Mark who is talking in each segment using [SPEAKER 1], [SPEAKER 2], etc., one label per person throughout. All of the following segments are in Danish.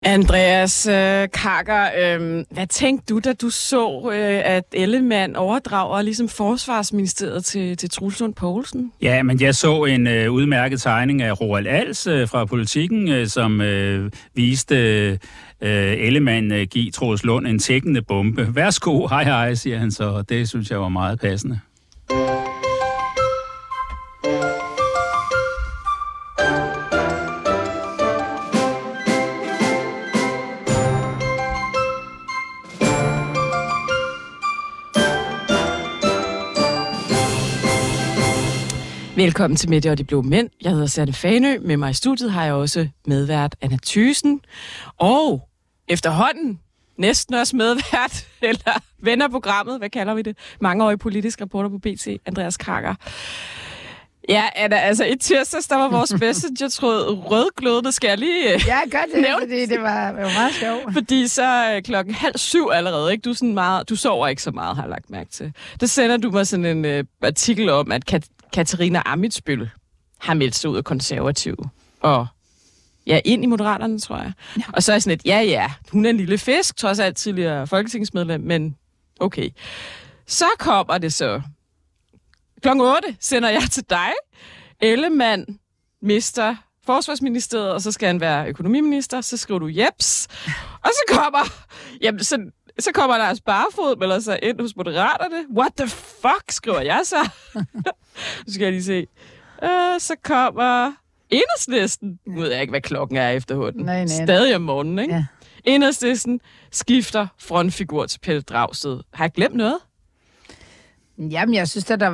[SPEAKER 1] Andreas Karker, hvad tænkte du, da du så, at Ellemann overdrager ligesom Forsvarsministeriet til Troels Lund Poulsen?
[SPEAKER 2] Ja, men jeg så en udmærket tegning af Roald Als fra Politikken, som viste Ellemann give Troels Lund en tækkende bombe. Værsgo, hej, siger han så, og det synes jeg var meget passende.
[SPEAKER 1] Velkommen til Mette og de Blå Mænd. Jeg hedder Sanne Fanø. Med mig i studiet har jeg også medvært Anna Thyssen. Og efterhånden næsten også medvært, eller ven af programmet, hvad kalder vi det? Mangeårig politisk reporter på BT, Andreas Karker. Ja, Anna, altså i tirsdags, der var vores messenger-tråd rødglødende. Skal jeg lige
[SPEAKER 3] gør det, fordi det var meget sjovt.
[SPEAKER 1] Fordi så 6:30 allerede, ikke? Du sover ikke så meget, har jeg lagt mærke til. Der sender du mig sådan en artikel om, at Katarina Ammitzbøll har meldt sig ud af Konservative. Og ind i Moderaterne, tror jeg. Ja. Og så er sådan et, hun er en lille fisk, trods alt tidligere folketingsmedlem, men okay. Så kommer det så. 8:00 sender jeg til dig. Ellemann mister Forsvarsministeriet, og så skal han være økonomiminister. Så skriver du jeps. Og så kommer Lars Barfoed, melder sig ind hos Moderaterne. What the fuck, skriver jeg så. Nu skal jeg lige se. Så kommer Enhedslisten. Nu ved jeg ikke, hvad klokken er efterhånden.
[SPEAKER 3] Nej.
[SPEAKER 1] Stadig om morgenen, ikke?
[SPEAKER 3] Ja.
[SPEAKER 1] Enhedslisten skifter frontfigur til Pelle Dragsted. Har jeg glemt noget?
[SPEAKER 3] Jamen, jeg synes, at der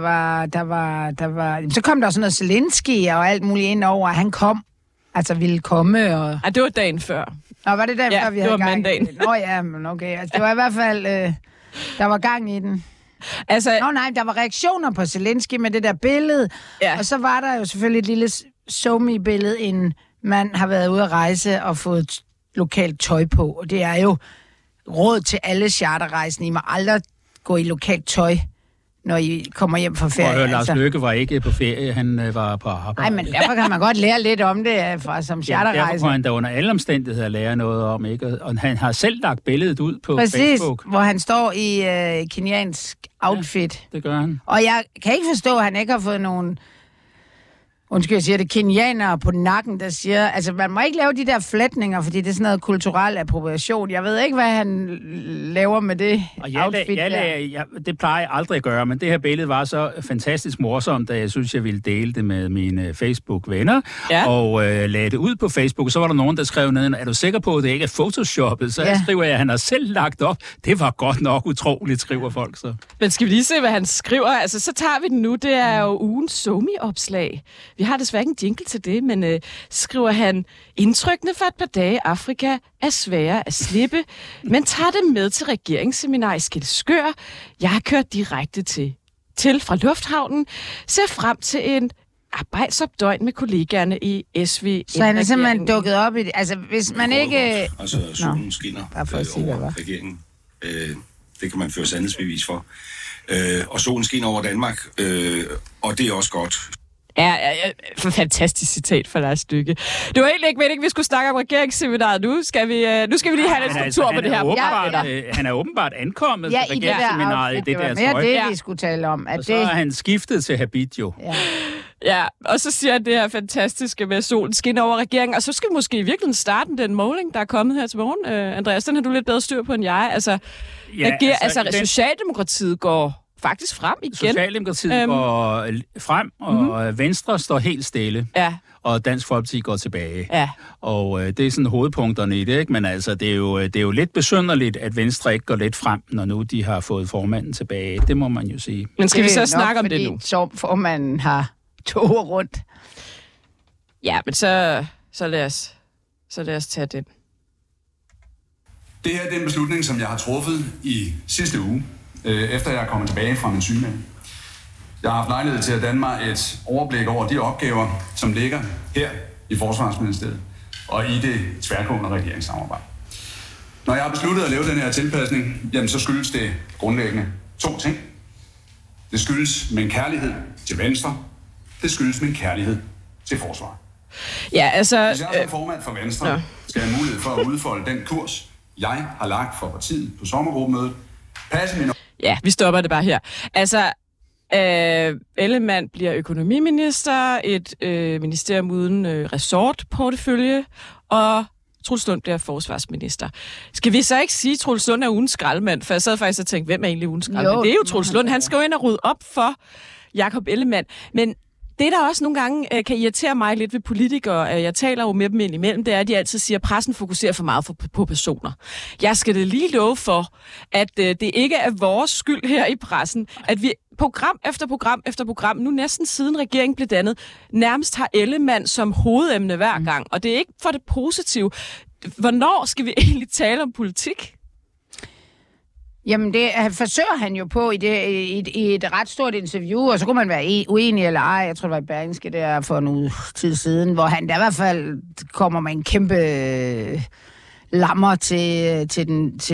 [SPEAKER 3] var... Så kom der sådan noget Zelensky og alt muligt ind over, at han kom. Altså, ville komme og...
[SPEAKER 1] Ja, det var dagen før.
[SPEAKER 3] Nå, var det dagen før, vi havde
[SPEAKER 1] det var
[SPEAKER 3] gang
[SPEAKER 1] mandagen.
[SPEAKER 3] Nå ja, men okay. Altså, det var i hvert fald... der var gang i den.
[SPEAKER 1] Altså...
[SPEAKER 3] der var reaktioner på Zelensky med det der billede. Ja. Og så var der jo selvfølgelig et lille somi-billede, en mand har været ude at rejse og fået lokalt tøj på. Og det er jo råd til alle charterrejsende. I må aldrig gå i lokalt tøj, når I kommer hjem fra ferie.
[SPEAKER 2] Og Lars Løkke var ikke på ferie, han var på arbejde.
[SPEAKER 3] Nej, men derfor kan man godt lære lidt om det som charterrejse.
[SPEAKER 2] Derfor kan han da under alle omstændigheder lære noget om, ikke? Og han har selv lagt billedet ud på
[SPEAKER 3] Præcis,
[SPEAKER 2] Facebook.
[SPEAKER 3] hvor han står i kenyansk outfit.
[SPEAKER 2] Ja, det gør han.
[SPEAKER 3] Og jeg kan ikke forstå, at han ikke har fået nogen... Undskyld, jeg siger det, kenyanere på nakken, der siger, altså man må ikke lave de der flætninger, fordi det er sådan noget kulturel appropriation. Jeg ved ikke, hvad han laver med det outfit der.
[SPEAKER 2] Det plejer jeg aldrig at gøre, men det her billede var så fantastisk morsomt, at jeg synes, jeg ville dele det med mine Facebook-venner, og lagde det ud på Facebook. Så var der nogen, der skrev ned, er du sikker på, at det ikke er photoshoppet? Så jeg skriver, at han har selv lagt op. Det var godt nok utroligt, skriver folk så.
[SPEAKER 1] Men skal vi lige se, hvad han skriver? Altså, så tager vi den nu. Det er jo ugens somi-opslag. Vi har desværre ikke en jingle til det, men skriver han, indtrykkene for et par dage Afrika er svære at slippe, men tager det med til regeringsseminar i Skælskør. Jeg har kørt direkte til fra lufthavnen, ser frem til en arbejdsopdøgn med kollegaerne i SV.
[SPEAKER 3] Så han er simpelthen dukket op i det. Altså, hvis man ikke...
[SPEAKER 4] Altså, solen skinner over regeringen. Det kan man føre sandhedsbevis for. Og solen skinner over Danmark, og det er også godt.
[SPEAKER 1] Ja, fantastisk citat fra Lars Løkke. Det var egentlig ikke meningen, vi skulle snakke om regeringsseminaret nu. Skal vi lige have lidt struktur på det her.
[SPEAKER 2] Han er åbenbart ankommet til regeringsseminaret i det der tøj.
[SPEAKER 3] Det er det, vi skulle tale om.
[SPEAKER 2] Og så har han skiftet til habit jo.
[SPEAKER 1] Ja, og så siger han det her fantastiske med solen skinner over regeringen. Og så skal vi måske i virkeligheden starte den måling, der er kommet her til morgen. Andreas, den har du lidt bedre styr på end jeg. Altså, Socialdemokratiet går faktisk frem igen.
[SPEAKER 2] Socialdemokratiet går frem, og Venstre står helt stille.
[SPEAKER 1] Ja.
[SPEAKER 2] Og Dansk Folkeparti går tilbage.
[SPEAKER 1] Ja.
[SPEAKER 2] Og det er sådan hovedpunkterne i det, ikke? Men altså, det er jo lidt besynderligt, at Venstre ikke går lidt frem, når nu de har fået formanden tilbage. Det må man jo sige.
[SPEAKER 1] Men skal vi så snakke om det nu?
[SPEAKER 3] Så formanden har toget rundt.
[SPEAKER 1] Ja, men så lad os tage det.
[SPEAKER 5] Det her er den beslutning, som jeg har truffet i sidste uge, efter jeg er kommet tilbage fra min sygemelding. Jeg har haft lejlighed til at danne mig et overblik over de opgaver, som ligger her i Forsvarsministeriet og i det tværgående regeringssamarbejde. Når jeg har besluttet at lave den her tilpasning, jamen så skyldes det grundlæggende to ting. Det skyldes min kærlighed til Venstre. Det skyldes min kærlighed til forsvar.
[SPEAKER 1] Ja, altså...
[SPEAKER 5] Hvis jeg som formand for Venstre skal skal have mulighed for at udfolde den kurs, jeg har lagt for partiet på sommergruppemødet.
[SPEAKER 1] Ja, vi stopper det bare her. Altså, Ellemann bliver økonomiminister, et ministerium uden ressortportefølje, og Troels Lund bliver forsvarsminister. Skal vi så ikke sige, at Troels Lund er ugens skraldemand? For jeg sad faktisk og tænkte, hvem er egentlig ugens skraldemand? Det er jo Troels Lund. Han skal jo ind og rydde op for Jakob Ellemann. Men det, der også nogle gange kan irritere mig lidt ved politikere, jeg taler jo med dem indimellem, det er, at de altid siger, at pressen fokuserer for meget på personer. Jeg skal det lige love for, at det ikke er vores skyld her i pressen, at vi program efter program efter program, nu næsten siden regeringen blev dannet, nærmest har Ellemann som hovedemne hver gang. Og det er ikke for det positive. Hvornår skal vi egentlig tale om politik?
[SPEAKER 3] Jamen, det forsøger han jo på i et ret stort interview, og så kunne man være uenig eller ej. Jeg tror, det var i Berlingske der for en uge tid siden, hvor han der i hvert fald kommer med en kæmpe lammer til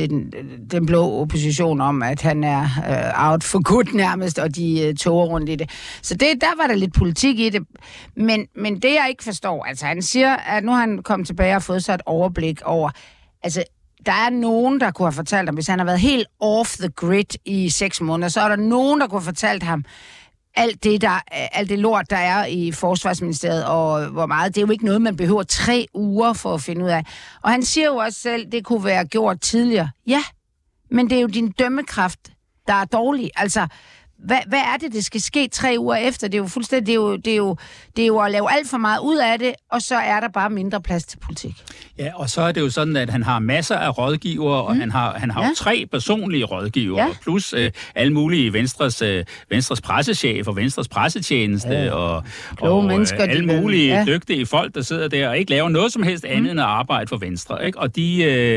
[SPEAKER 3] den blå opposition om, at han er out for good nærmest, og de toger rundt i det. Så der var der lidt politik i det. Men det, jeg ikke forstår, altså han siger, at nu har han kommet tilbage og fået sig et overblik over, altså der er nogen, der kunne have fortalt ham, hvis han har været helt off the grid i 6 måneder, så er der nogen, der kunne have fortalt ham, alt det lort, der er i Forsvarsministeriet, og hvor meget, det er jo ikke noget, man behøver 3 uger for at finde ud af. Og han siger jo også selv, det kunne være gjort tidligere. Ja, men det er jo din dømmekraft, der er dårlig. Altså, hvad er det skal ske 3 uger efter? Det er jo fuldstændig, det er jo at lave alt for meget ud af det, og så er der bare mindre plads til politik.
[SPEAKER 2] Ja, og så er det jo sådan, at han har masser af rådgivere, og han har jo 3 personlige rådgivere, plus alle mulige Venstres pressechef og Venstres pressetjeneste, og alle mulige dygtige folk, der sidder der og ikke laver noget som helst andet end at arbejde for Venstre. Ikke? Og de,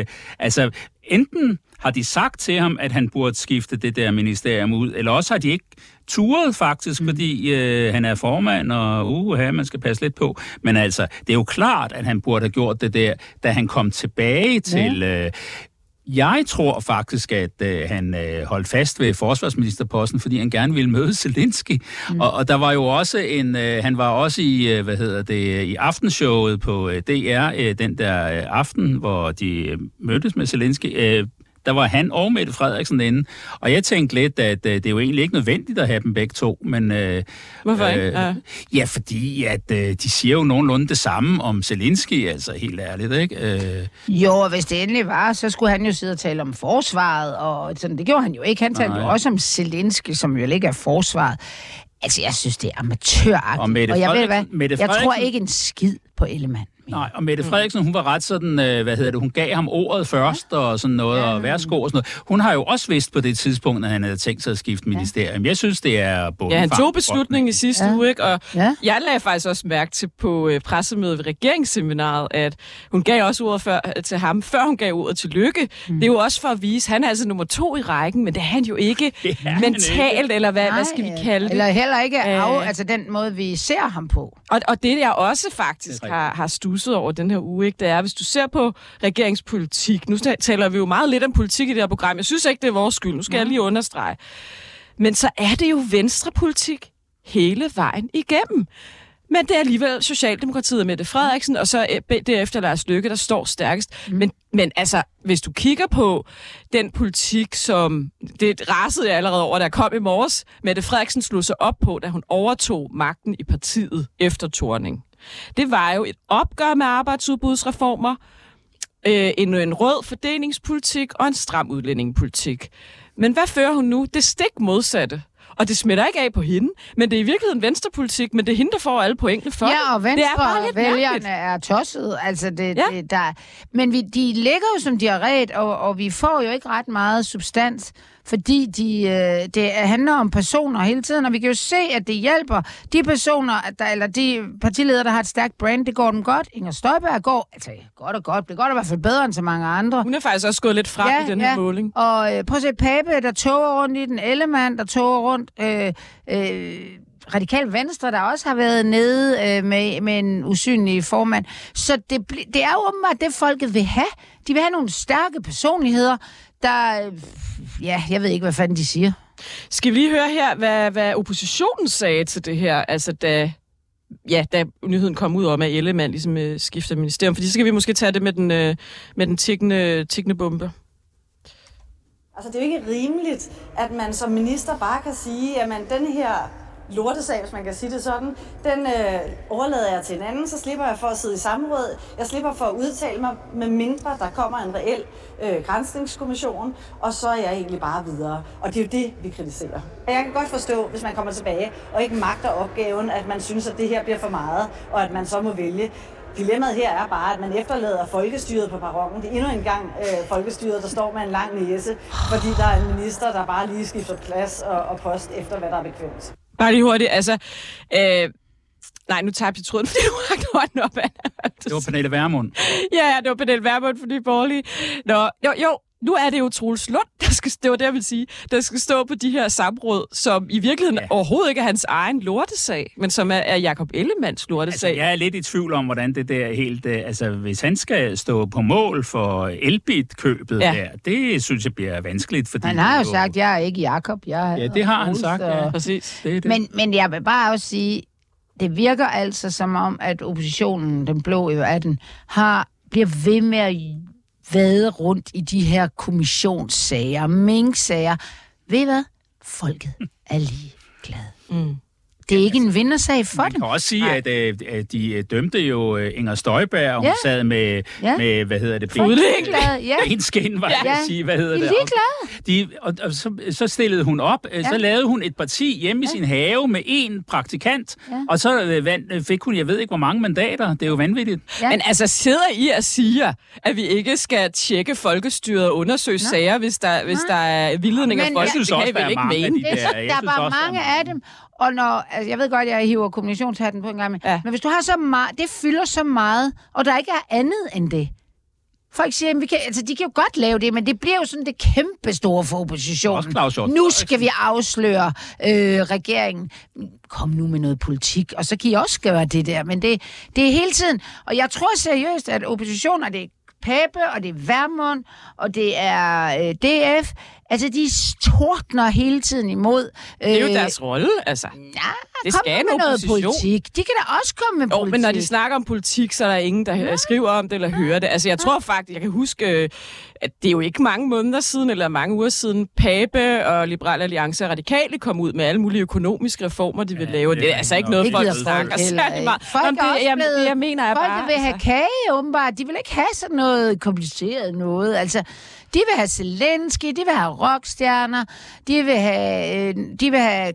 [SPEAKER 2] enten har de sagt til ham, at han burde skifte det der ministerium ud, eller også har de ikke turet faktisk, fordi han er formand, og man skal passe lidt på. Men altså, det er jo klart, at han burde have gjort det der, da han kom tilbage til... Jeg tror faktisk, at han holdt fast ved forsvarsministerposten, fordi han gerne ville møde Zelensky. Og der var jo også han var også i, i aftenshowet på DR, den der aften, hvor de mødtes med Zelensky. Der var han og Mette Frederiksen inde. Og jeg tænkte lidt, at det er jo egentlig ikke nødvendigt at have dem begge to. Men,
[SPEAKER 1] hvorfor ikke?
[SPEAKER 2] Ja, fordi at, de siger jo nogenlunde det samme om Zelensky, altså helt ærligt, ikke?
[SPEAKER 3] Jo, og hvis det endelig var, så skulle han jo sidde og tale om forsvaret, og sådan, det gjorde han jo ikke. Han talte jo også om Zelensky, som jo ikke er forsvaret. Altså, jeg synes, det er amatøragtigt. Og jeg tror ikke en skid på Ellemann.
[SPEAKER 2] Nej, og Mette Frederiksen, hun var ret sådan, hun gav ham ordet først, og sådan noget, og værsgo og sådan noget. Hun har jo også vidst på det tidspunkt, at han havde tænkt sig at skifte ministerium. Jeg synes, det er både...
[SPEAKER 1] Ja, han tog beslutningen i sidste uge, ikke? Og jeg lagde faktisk også mærke til på pressemødet ved regeringsseminaret, at hun gav også ordet til ham, før hun gav ordet til Løkke. Det er jo også for at vise, han er altså nummer 2 i rækken, men det er han jo ikke mentalt, eller hvad skal vi kalde det?
[SPEAKER 3] Eller heller ikke altså den måde, vi ser ham på.
[SPEAKER 1] Og det, jeg også faktisk har studset over den her uge, ikke, det er, hvis du ser på regeringspolitik, nu taler vi jo meget lidt om politik i det her program, jeg synes ikke, det er vores skyld, nu skal jeg lige understrege, men så er det jo venstrepolitik hele vejen igennem. Men det er alligevel Socialdemokratiet og Mette Frederiksen, og så derefter Lars Løkke, der står stærkest. Men altså, hvis du kigger på den politik, som det rasede jeg allerede over, der kom i morges, Mette Frederiksen slog sig op på, da hun overtog magten i partiet efter Thorning. Det var jo et opgør med arbejdsudbudsreformer, en rød fordelingspolitik og en stram udlændingepolitik. Men hvad fører hun nu? Det stik modsatte. Og det smitter ikke af på hende, men det er i virkeligheden venstrepolitik, men det er hende, der får alle pointene for.
[SPEAKER 3] Ja, og venstrevælgerne er tosset. Altså men de ligger jo som diarrét, og vi får jo ikke ret meget substans, fordi det handler om personer hele tiden, og vi kan jo se, at det hjælper de personer, eller de partiledere, der har et stærkt brand, det går dem godt. Inger Støjberg går, altså godt og godt, det går i hvert fald bedre end så mange andre.
[SPEAKER 1] Hun er faktisk også gået lidt frem i den her måling.
[SPEAKER 3] Og prøv at se Pape, der toger rundt i den, Ellemann, der toger rundt, Radikal Venstre, der også har været nede med en usynlig formand. Så det er jo åbenbart det, folket vil have. De vil have nogle stærke personligheder, der... Ja, jeg ved ikke, hvad fanden de siger.
[SPEAKER 1] Skal vi lige høre her, hvad oppositionen sagde til det her, altså da da nyheden kom ud om, at Ellemann ligesom skifter ministerium. Fordi så skal vi måske tage det med den tikkende bombe.
[SPEAKER 6] Altså, det er jo ikke rimeligt, at man som minister bare kan sige, at den her lortesag, hvis man kan sige det sådan, den overlader jeg til en anden, så slipper jeg for at sidde i samråd. Jeg slipper for at udtale mig, med mindre der kommer en reel granskningskommission, og så er jeg egentlig bare videre. Og det er jo det, vi kritiserer. Jeg kan godt forstå, hvis man kommer tilbage og ikke magter opgaven, at man synes, at det her bliver for meget, og at man så må vælge. Dilemmaet her er bare, at man efterlader folkestyret på perronen. Det er endnu en gang folkestyret, der står med en lang næse, fordi der er en minister, der bare lige skifter plads og post efter, hvad der er bekvemt.
[SPEAKER 1] Bare lige hurtigt, altså... nej, nu tabte jeg tråden, fordi du rakte hånden op af.
[SPEAKER 2] Det var Pernille Vermund.
[SPEAKER 1] Ja, det var Pernille Vermund for de borgerlige. Jo, nu er det jo Troels Lund, det var det, jeg vil sige, der skal stå på de her samråd, som i virkeligheden overhovedet ikke er hans egen lortesag, men som er Jakob Ellemanns lortesag.
[SPEAKER 2] Altså, jeg er lidt i tvivl om, hvordan det der helt... altså, hvis han skal stå på mål for Elbit-købet der, det synes jeg bliver vanskeligt, fordi...
[SPEAKER 3] Han har jo sagt, at jeg er ikke Jakob,
[SPEAKER 2] ja, det har han sagt, ja.
[SPEAKER 1] Præcis.
[SPEAKER 2] Det.
[SPEAKER 3] Men jeg vil bare også sige, det virker altså som om, at oppositionen, den blå i 18, bliver ved med at vade rundt i de her kommissionssager, minksager. Ved I hvad? Folket er lige glade. Mm. Det er ikke en vindersag for dem.
[SPEAKER 2] Man kan også sige, at de dømte jo Inger Støjberg, og hun sad med hvad hedder det? Benskin, var det at sige, hvad hedder det?
[SPEAKER 3] De er
[SPEAKER 2] og så stillede hun op, så lavede hun et parti hjemme i sin have med en praktikant, og så fik hun, jeg ved ikke hvor mange mandater, det er jo vanvittigt.
[SPEAKER 1] Ja. Men altså, sidder I og siger, at vi ikke skal tjekke folkestyret og undersøge sager, hvis der er vildledning af folkestyret? Det kan I vel ikke mene?
[SPEAKER 3] Der er bare mange af dem. Og jeg ved godt, jeg hiver kommunikationshatten på en gang med, men hvis du har så meget, det fylder så meget, og der ikke er andet end det. Folk siger, de kan jo godt lave det, men det bliver jo sådan det kæmpe store for oppositionen. Nu skal vi afsløre regeringen. Kom nu med noget politik, og så kan I også gøre det der. Men det er hele tiden. Og jeg tror seriøst, at oppositionen, og det er Pape, og det er Vermund, og det er DF, altså de tordner hele tiden imod...
[SPEAKER 1] det er jo deres rolle, altså.
[SPEAKER 3] Ja,
[SPEAKER 1] det skal
[SPEAKER 3] med noget politik. De kan da også komme med politik.
[SPEAKER 1] Men når de snakker om politik, så er der ingen, der skriver om det eller hører det. Altså jeg tror faktisk, jeg kan huske, at det er jo ikke mange måneder siden, eller mange uger siden, Pape og Liberal Alliance og Radikale kom ud med alle mulige økonomiske reformer, de vil lave. Det er altså ikke noget, folk snakker særlig meget.
[SPEAKER 3] Folk vil have kage, åbenbart. De vil ikke have sådan noget kompliceret noget. Altså, de vil have Zelensky, de vil have rockstjerner, de vil have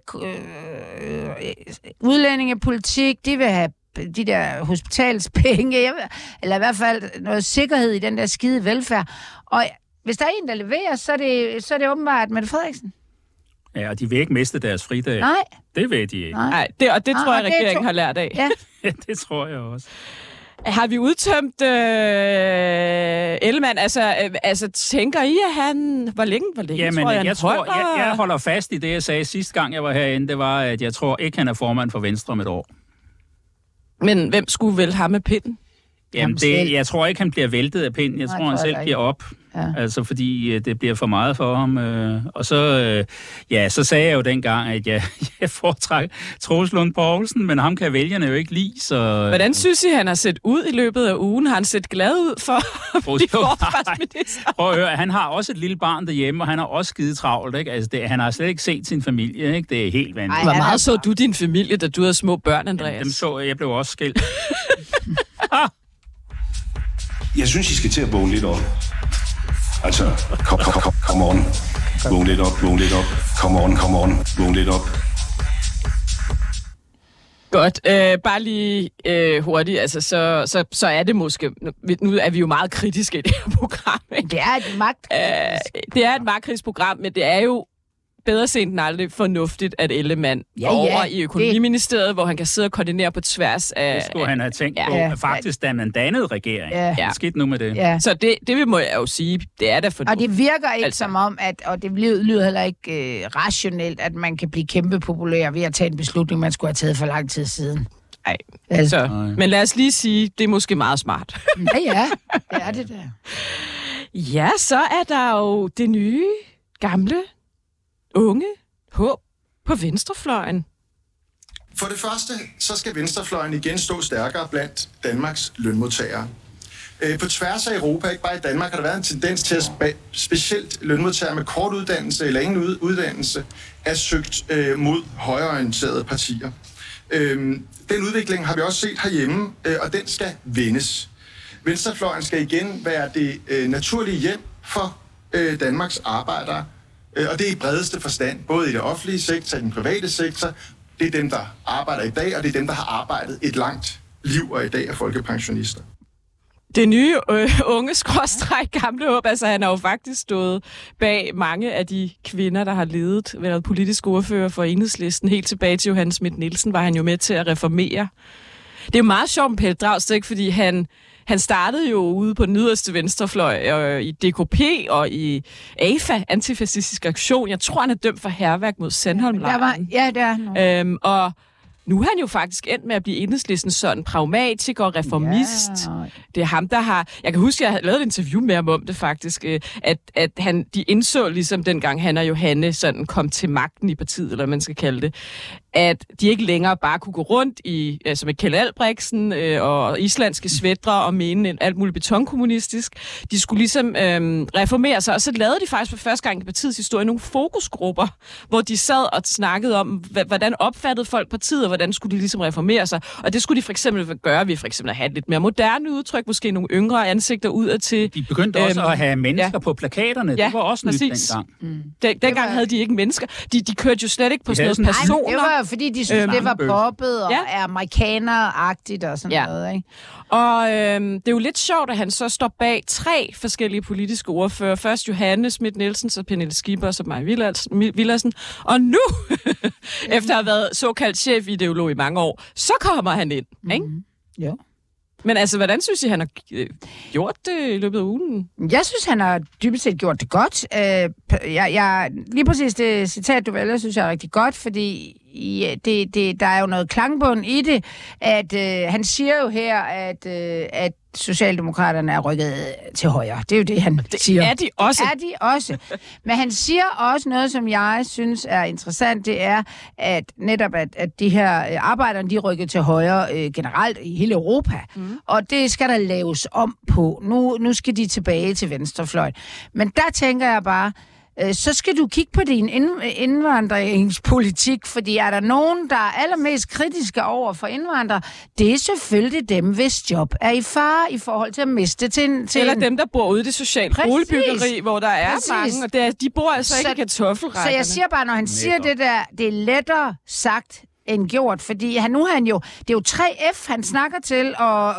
[SPEAKER 3] udlændingepolitik, så de vil have de der hospitalspenge, eller i hvert fald noget sikkerhed i den der skide velfærd. Og hvis der er en, der leverer, så er det åbenbart Mette Frederiksen.
[SPEAKER 2] Ja, og de vil ikke miste deres fridag.
[SPEAKER 3] Nej.
[SPEAKER 2] Det vil de ikke.
[SPEAKER 1] Nej, det tror jeg, regeringen har lært af.
[SPEAKER 3] Ja.
[SPEAKER 2] Ja, det tror jeg også.
[SPEAKER 1] Har vi udtømt Ellemann? Altså, tænker I, at han... Hvor længe
[SPEAKER 2] Jamen, jeg holder fast i det, jeg sagde sidste gang, jeg var herinde. Det var, at jeg tror ikke, han er formand for Venstre om et år.
[SPEAKER 1] Men hvem skulle vælge ham med pinden?
[SPEAKER 2] Jamen, jeg tror ikke, han bliver væltet af pinden. Jeg tror, han selv giver op. Ja. Altså, fordi det bliver for meget for ham. Og så, så sagde jeg jo dengang, at jeg foretrækker Troels Lund Poulsen, men ham kan vælgerne jo ikke lide, så...
[SPEAKER 1] Hvordan synes I, han har set ud i løbet af ugen? Har han set glad ud for de forsvarsminister?
[SPEAKER 2] Prøv at høre, han har også et lille barn derhjemme, og han har også skide travlt, ikke? Altså, han har slet ikke set sin familie, ikke? Det er helt vanvittigt.
[SPEAKER 1] Hvor meget så du din familie, da du havde små børn, Andreas?
[SPEAKER 2] Jamen, dem så jeg blev også skilt.
[SPEAKER 4] Jeg synes, I skal til at vågne lidt op. Altså, come on. Vågn lidt op. Come on. Vågn lidt op.
[SPEAKER 1] Godt. Bare lige hurtigt. Altså, så er det måske... Nu er vi jo meget kritiske i det her program. Ikke?
[SPEAKER 3] Det er et magtkritisk.
[SPEAKER 1] Det er et magtkritisk program, men det er jo bedre sent end aldrig fornuftigt, at Ellemann over i Økonomiministeriet, hvor han kan sidde og koordinere på tværs af...
[SPEAKER 2] Det skulle han have tænkt på, faktisk, da man dannede regering. Ja. Det skete nu med det.
[SPEAKER 3] Ja.
[SPEAKER 1] Så det må jeg jo sige, det er da fornuftigt.
[SPEAKER 3] Og det virker ikke som om, og det lyder heller ikke rationelt, at man kan blive kæmpe populær ved at tage en beslutning, man skulle have taget for lang tid siden.
[SPEAKER 1] Nej. Altså. Men lad os lige sige, det er måske meget smart.
[SPEAKER 3] Ja, det er det der.
[SPEAKER 1] Ja, så er der jo det nye, gamle, unge håb på venstrefløjen.
[SPEAKER 7] For det første, så skal venstrefløjen igen stå stærkere blandt Danmarks lønmodtagere. På tværs af Europa, ikke bare i Danmark, har der været en tendens til, at specielt lønmodtagere med kort uddannelse eller ingen uddannelse er søgt mod højreorienterede partier. Den udvikling har vi også set herhjemme, og den skal vendes. Venstrefløjen skal igen være det naturlige hjem for Danmarks arbejdere, og det er i bredeste forstand, både i det offentlige sektor og i den private sektor. Det er dem, der arbejder i dag, og det er dem, der har arbejdet et langt liv og i dag er folkepensionister.
[SPEAKER 1] Det nye unge-gamle håb, altså han har jo faktisk stået bag mange af de kvinder, der har været politisk ordfører for Enhedslisten. Helt tilbage til Johanne Schmidt-Nielsen var han jo med til at reformere. Det er jo meget sjovt med Pelle Dragsted, ikke? Fordi han startede jo ude på den yderste venstrefløj i DKP og i AFA, Antifascistisk Aktion. Jeg tror, han er dømt for hærværk mod Sandholm-lejren.
[SPEAKER 3] Ja, det er.
[SPEAKER 1] Og nu er han jo faktisk endt med at blive Enhedslistens sådan pragmatiker og reformist. Ja. Det er ham, der har... Jeg kan huske, at jeg havde lavet et interview med ham om det faktisk, at de indså ligesom dengang han og Johanne sådan kom til magten i partiet, eller man skal kalde det, at de ikke længere bare kunne gå rundt i, altså med Kjeld Albrechtsen og islandske svætre og mene alt muligt betonkommunistisk. De skulle ligesom reformere sig, og så lavede de faktisk for første gang i partiets historie nogle fokusgrupper, hvor de sad og snakkede om, hvordan opfattede folk partiet, og hvordan skulle de ligesom reformere sig. Og det skulle de for eksempel gøre ved for eksempel at have et lidt mere moderne udtryk, måske nogle yngre ansigter udadtil.
[SPEAKER 2] De begyndte også at have mennesker på plakaterne. Det var også nyt dengang.
[SPEAKER 1] Dengang havde de ikke mennesker. De kørte jo slet ikke på sådan noget personer.
[SPEAKER 3] Det var fordi de synes, det var poppet og er amerikaner-agtigt og sådan noget, ikke?
[SPEAKER 1] Og det er jo lidt sjovt, at han så står bag 3 forskellige politiske ordfører. Først Johanne Schmidt-Nielsen, så Pernille Skipper og så Mai Villadsen. Og nu, efter at have været såkaldt chefideolog i mange år, så kommer han ind, ikke?
[SPEAKER 3] Ja.
[SPEAKER 1] Men altså, hvordan synes I, han har gjort det i løbet af ugen?
[SPEAKER 3] Jeg synes, han har dybest set gjort det godt. Lige præcis det citat, du vælger, synes jeg er rigtig godt, fordi der er jo noget klangbund i det, at han siger jo her, at Socialdemokraterne er rykket til højre. Det er jo det, han siger.
[SPEAKER 1] Er de også.
[SPEAKER 3] Er de også. Men han siger også noget, som jeg synes er interessant, det er, at netop at de her arbejdere, de rykker til højre generelt i hele Europa. Og det skal der laves om på. Nu skal de tilbage til venstrefløjen. Men der tænker jeg bare, så skal du kigge på din indvandringspolitik, fordi er der nogen, der er allermest kritiske over for indvandrere, det er selvfølgelig dem, hvis job er i fare i forhold til at miste til
[SPEAKER 1] eller dem, der bor ude i det sociale boligbyggeri, hvor der er mange, og de bor altså ikke i kartoffelrækkerne.
[SPEAKER 3] Så jeg siger bare, når han siger det der, det er lettere sagt end gjort, fordi det er jo 3F, han snakker til,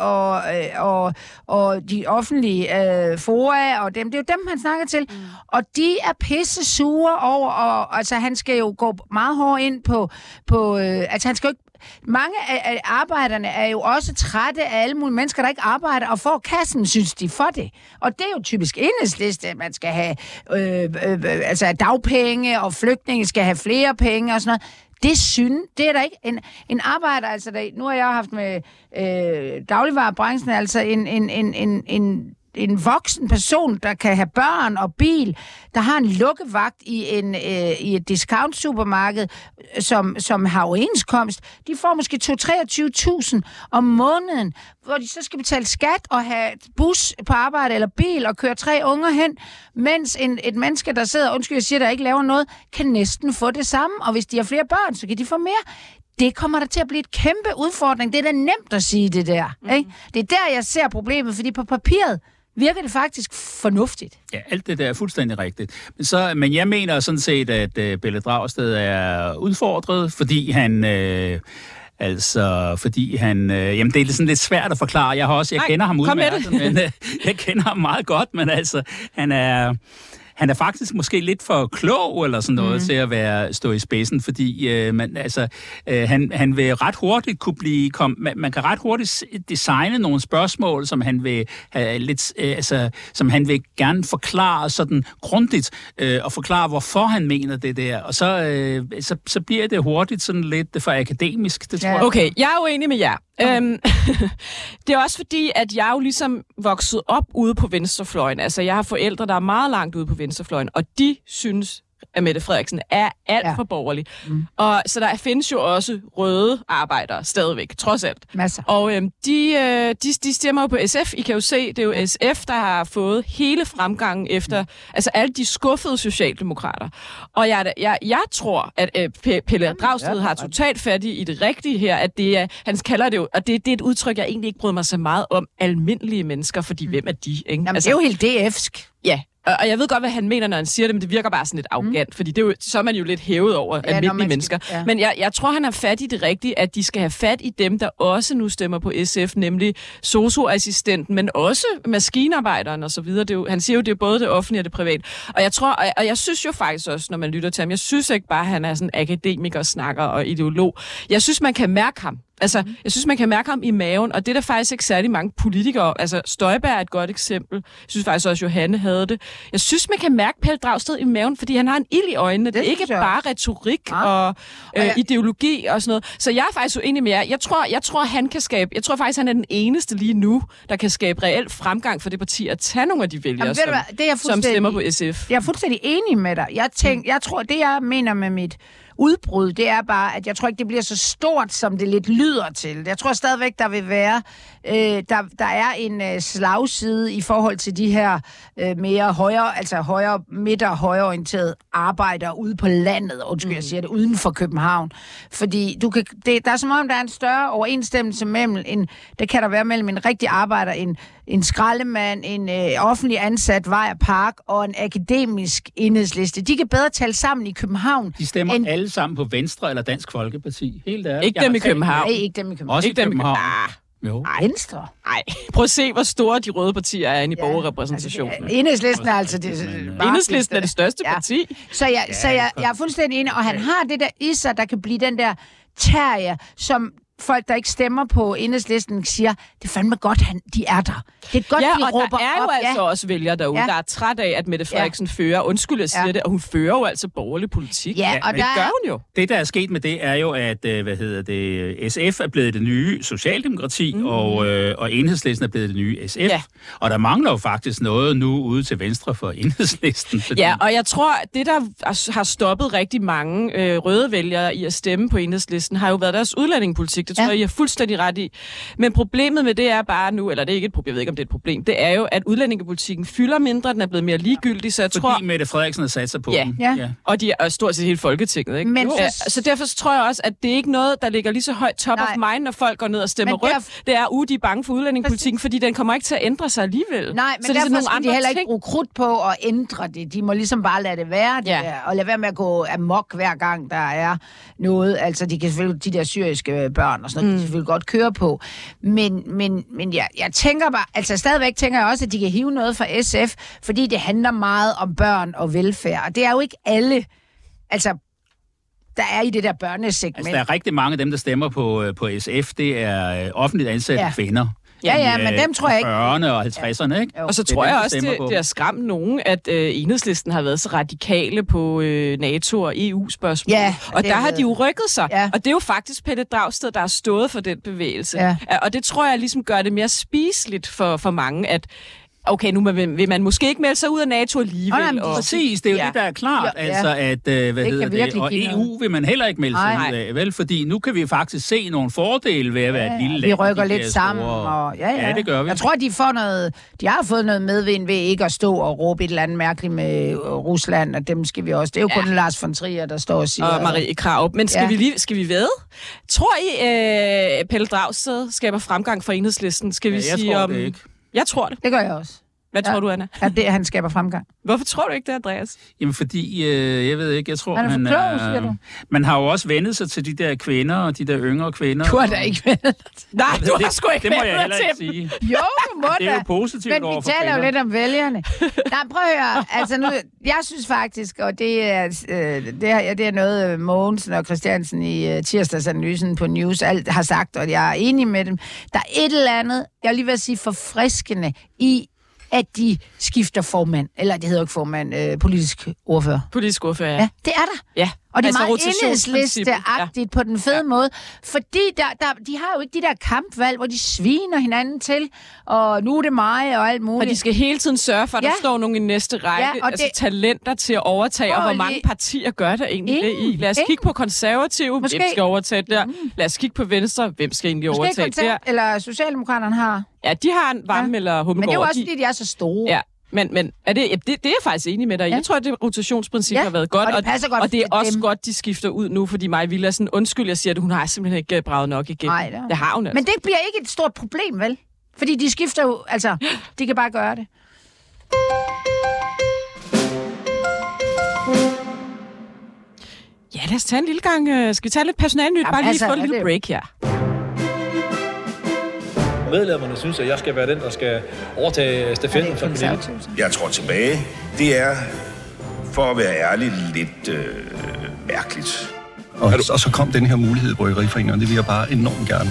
[SPEAKER 3] og de offentlige fora, og dem, det er jo dem, han snakker til, og de er pisse sure over, og altså han skal jo gå meget hårdt ind på altså han skal jo ikke. Mange af arbejderne er jo også trætte af alle mulige mennesker, der ikke arbejder, og får kassen, synes de, for det. Og det er jo typisk Enhedsliste, at man skal have altså dagpenge, og flygtninge skal have flere penge og sådan noget. Det er der ikke. En arbejder, altså nu har jeg haft med dagligvarebranchen, altså en voksen person, der kan have børn og bil, der har en lukkevagt i et discount-supermarked, som har overenskomst, de får måske 23.000 om måneden, hvor de så skal betale skat og have bus på arbejde eller bil og køre 3 unger hen, mens et menneske, der sidder, undskyld, jeg siger, der ikke laver noget, kan næsten få det samme, og hvis de har flere børn, så kan de få mere. Det kommer der til at blive et kæmpe udfordring. Det er da nemt at sige det der. Ikke? Det er der, jeg ser problemet, fordi på papiret virker det faktisk fornuftigt.
[SPEAKER 2] Ja, alt det der er fuldstændig rigtigt. Men jeg mener sådan set, at Pelle Dragsted er udfordret, fordi han... jamen, det er sådan lidt svært at forklare. Jeg kender ham udmærket, men jeg kender ham meget godt, men altså, han er faktisk måske lidt for klog eller sådan noget til at stå i spidsen, fordi han vil ret hurtigt man kan ret hurtigt designe nogle spørgsmål, som han vil have lidt, som han vil gerne forklare sådan grundigt og forklare hvorfor han mener det der, og så bliver det hurtigt sådan lidt for akademisk. Det tror jeg.
[SPEAKER 1] Okay, jeg er jo enig med jer. Det er også fordi, at jeg jo ligesom voksede op ude på venstrefløjen. Altså, jeg har forældre, der er meget langt ude på venstrefløjen, og de synes af Mette Frederiksen er alt for borgerlig. Og så der findes jo også røde arbejdere stadigvæk, trods alt.
[SPEAKER 3] Masser.
[SPEAKER 1] Og de stemmer jo på SF. I kan jo se, det er jo SF, der har fået hele fremgangen efter, altså alle de skuffede socialdemokrater. Og jeg tror, at Pelle Dragsted har totalt fat i det rigtige her, at det er, han kalder det jo, og det er et udtryk, jeg egentlig ikke bryder mig så meget om, almindelige mennesker, fordi hvem er de? Ikke?
[SPEAKER 3] Jamen, altså, det er jo helt DF'sk.
[SPEAKER 1] Ja, og jeg ved godt, hvad han mener, når han siger det, men det virker bare sådan lidt arrogant, fordi det er jo, så er man jo lidt hævet over almindelige mennesker. Ja. Men jeg tror, han har fat i det rigtige, at de skal have fat i dem, der også nu stemmer på SF, nemlig sosu-assistenten, men også maskinarbejderen og så videre. Han siger jo, det er både det offentlige og det private. Og jeg tror, og jeg synes jo faktisk også, når man lytter til ham, jeg synes ikke bare, at han er sådan akademiker, snakker og ideolog. Jeg synes, man kan mærke ham. Altså, jeg synes, man kan mærke ham i maven, og det er der faktisk ikke særlig mange politikere. Altså, Støjberg er et godt eksempel. Jeg synes faktisk også, Johanne havde det. Jeg synes, man kan mærke Pelle Dragsted i maven, fordi han har en ild i øjnene. Det er ikke bare retorik og ideologi og sådan noget. Så jeg er faktisk uenig med jer. Jeg tror, han kan skabe... Jeg tror faktisk, han er den eneste lige nu, der kan skabe reelt fremgang for det parti at tage nogle af de vælgere, som stemmer på SF.
[SPEAKER 3] Jeg er fuldstændig enig med dig. Jeg tror, det jeg mener med mit udbrud, det er bare, at jeg tror ikke, det bliver så stort, som det lidt lyder til. Jeg tror stadigvæk, der vil være, der er en slagside i forhold til de her mere højre, altså højre, højreorienterede arbejdere ude på landet, jeg siger det, uden for København. Fordi der er som om, der er en større overensstemmelse mellem, der kan der være mellem en rigtig arbejder, en skraldemand, en offentlig ansat Vej Park og en akademisk Enhedsliste. De kan bedre tale sammen i København.
[SPEAKER 2] De stemmer alle sammen på Venstre eller Dansk Folkeparti. Helt ærligt.
[SPEAKER 1] Ikke dem i København.
[SPEAKER 3] Nej, ikke dem i København.
[SPEAKER 2] Også i København.
[SPEAKER 3] Jo. Venstre.
[SPEAKER 1] Nej, prøv at se, hvor store de røde partier er inde i borgerrepræsentationen.
[SPEAKER 3] Altså, Enhedslisten er altså det.
[SPEAKER 1] Enhedslisten er det største parti.
[SPEAKER 3] Så jeg er fuldstændig enig, og han har det der i sig, der kan blive den der terrier, som folk, der ikke stemmer på Enhedslisten, siger, det er fandme godt, de er der. Det er godt, de råber op.
[SPEAKER 1] Ja, og der er jo altså også vælgere derude, der er træt af, at Mette Frederiksen fører, undskyld, jeg siger det, og hun fører jo altså borgerlig politik.
[SPEAKER 3] Ja, og
[SPEAKER 1] det gør hun jo.
[SPEAKER 2] Det, der er sket med det, er jo, at SF er blevet det nye Socialdemokrati, og Enhedslisten er blevet det nye SF. Ja. Og der mangler jo faktisk noget nu ude til venstre for Enhedslisten. Fordi...
[SPEAKER 1] Ja, og jeg tror, det, der har stoppet rigtig mange røde vælgere i at stemme på Enhedslisten, har jo været deres udlændingepolitik. Det tror jeg, I har fuldstændig ret i. Men problemet med det er bare nu, eller det er ikke et problem, jeg ved ikke, om det er et problem, det er jo, at udlændingepolitikken fylder mindre, den er blevet mere ligegyldig, så jeg tror...
[SPEAKER 2] Fordi Mette Frederiksen har sat sig på den.
[SPEAKER 1] Ja, og de er stort set hele Folketinget, ikke?
[SPEAKER 3] Men
[SPEAKER 1] så derfor tror jeg også, at det er ikke noget, der ligger lige så højt top of mind, når folk går ned og stemmer rødt. Det er de er bange for udlændingepolitikken, fordi den kommer ikke til at ændre sig alligevel.
[SPEAKER 3] Nej, men så derfor skal de heller ikke bruge krudt på at ændre det. De må ligesom bare lade det være, og lade være med at gå amok hver gang, der er noget. Altså, de kan selvfølgelig, de der syriske børn og sådan noget, de selvfølgelig godt køre på. Men jeg tænker bare, altså stadigvæk tænker jeg også, at de kan hive noget fra SF, fordi det handler meget om børn og velfærd. Og det er jo ikke alle, altså, der er i det der børnesegment.
[SPEAKER 2] Altså, der er rigtig mange af dem, der stemmer på SF, det er offentligt ansatte kvinder.
[SPEAKER 3] Ja, men dem tror jeg ikke.
[SPEAKER 2] 40'erne og 50'erne, ikke?
[SPEAKER 1] Og så tror jeg også, det har skræmt nogen, at Enhedslisten har været så radikale på NATO og EU-spørgsmål.
[SPEAKER 3] Ja,
[SPEAKER 1] og der har de jo rykket sig. Ja. Og det er jo faktisk Pelle Dragsted, der har stået for den bevægelse. Ja. Og det tror jeg ligesom gør det mere spiseligt for mange, at okay, nu vil man måske ikke melde sig ud af NATO alligevel.
[SPEAKER 2] Præcis, det er jo det, der er klart. Altså, at og EU vil man heller ikke melde sig ud af, vel? Fordi nu kan vi faktisk se nogle fordele ved at være et lille land.
[SPEAKER 3] Vi rykker lidt sammen. Og,
[SPEAKER 2] ja, det gør vi.
[SPEAKER 3] Jeg tror, de har fået noget medvind ved ikke at stå og råbe et eller andet mærkeligt med Rusland, og dem skal vi også. Det er jo kun Lars von Trier, der står og siger...
[SPEAKER 1] Og Marie Krarup. Men skal vi ved? Tror I, Pelle Dragsted skaber fremgang for Enhedslisten? Skal vi sige
[SPEAKER 2] jeg tror det ikke.
[SPEAKER 1] Jeg tror det.
[SPEAKER 3] Det gør jeg også.
[SPEAKER 1] Hvad tror du, Anna?
[SPEAKER 3] At det, han skaber fremgang.
[SPEAKER 1] Hvorfor tror du ikke det, Andreas?
[SPEAKER 2] Jamen, fordi, jeg ved ikke, jeg tror,
[SPEAKER 3] han er for klog, siger du.
[SPEAKER 2] Man har jo også vendet sig til de der kvinder, og de der yngre kvinder.
[SPEAKER 3] Du har da ikke vendet.
[SPEAKER 1] Nej, du har sgu ikke
[SPEAKER 2] vendet. Det må jeg heller ikke sige.
[SPEAKER 3] Jo, du må da.
[SPEAKER 2] Det er jo positivt
[SPEAKER 3] men
[SPEAKER 2] over for
[SPEAKER 3] vi taler
[SPEAKER 2] kvinder.
[SPEAKER 3] jo lidt om vælgerne. Nej, prøv at høre. Altså nu, jeg synes faktisk, og det er noget Mogensen og Christiansen i tirsdagsanalysen på News alt har sagt, og jeg er enig med dem. Der er et eller andet, jeg lige vil sige, forfriskende i, at de skifter formand. Eller det hedder ikke formand, politisk ordfører.
[SPEAKER 1] Politisk ordfører,
[SPEAKER 3] ja. Ja, det er der.
[SPEAKER 1] Ja.
[SPEAKER 3] Og det er meget enhedslisteagtigt på den fede måde, fordi de har jo ikke de der kampvalg, hvor de sviner hinanden til, og nu er det mig og alt muligt.
[SPEAKER 1] Og de skal hele tiden sørge for, at der står nogen i næste række, altså talenter til at overtage, og hvor mange partier gør der egentlig det i. Lad os kigge på konservative, hvem skal overtage der? Lad os kigge på Venstre, hvem skal egentlig overtage der?
[SPEAKER 3] Eller Socialdemokraterne har.
[SPEAKER 1] Ja, de har en Varme eller Hummelgaard.
[SPEAKER 3] Men det er jo også fordi, de er så store.
[SPEAKER 1] Ja. Men er det er jeg faktisk enig med dig. Jeg tror, at det rotationsprincip har været godt, og det er også godt, de skifter ud nu, fordi Maja Villadsen, undskyld, jeg siger, at hun har simpelthen ikke braget nok igennem.
[SPEAKER 3] Nej,
[SPEAKER 1] det har hun altså.
[SPEAKER 3] Men det bliver ikke et stort problem, vel? Fordi de skifter jo, altså, de kan bare gøre det.
[SPEAKER 1] Ja, lad os tage en lille gang. Skal vi tage lidt personalnyt? Bare lige få et lille break her.
[SPEAKER 8] Medlemmerne synes, at jeg skal være den, der skal overtage stafetten for Pernille.
[SPEAKER 4] Jeg tror tilbage, det er, for at være ærlig, lidt mærkeligt.
[SPEAKER 9] Og så kom den her mulighed i Bryggeriforeningen, og det vil jeg bare enormt gerne.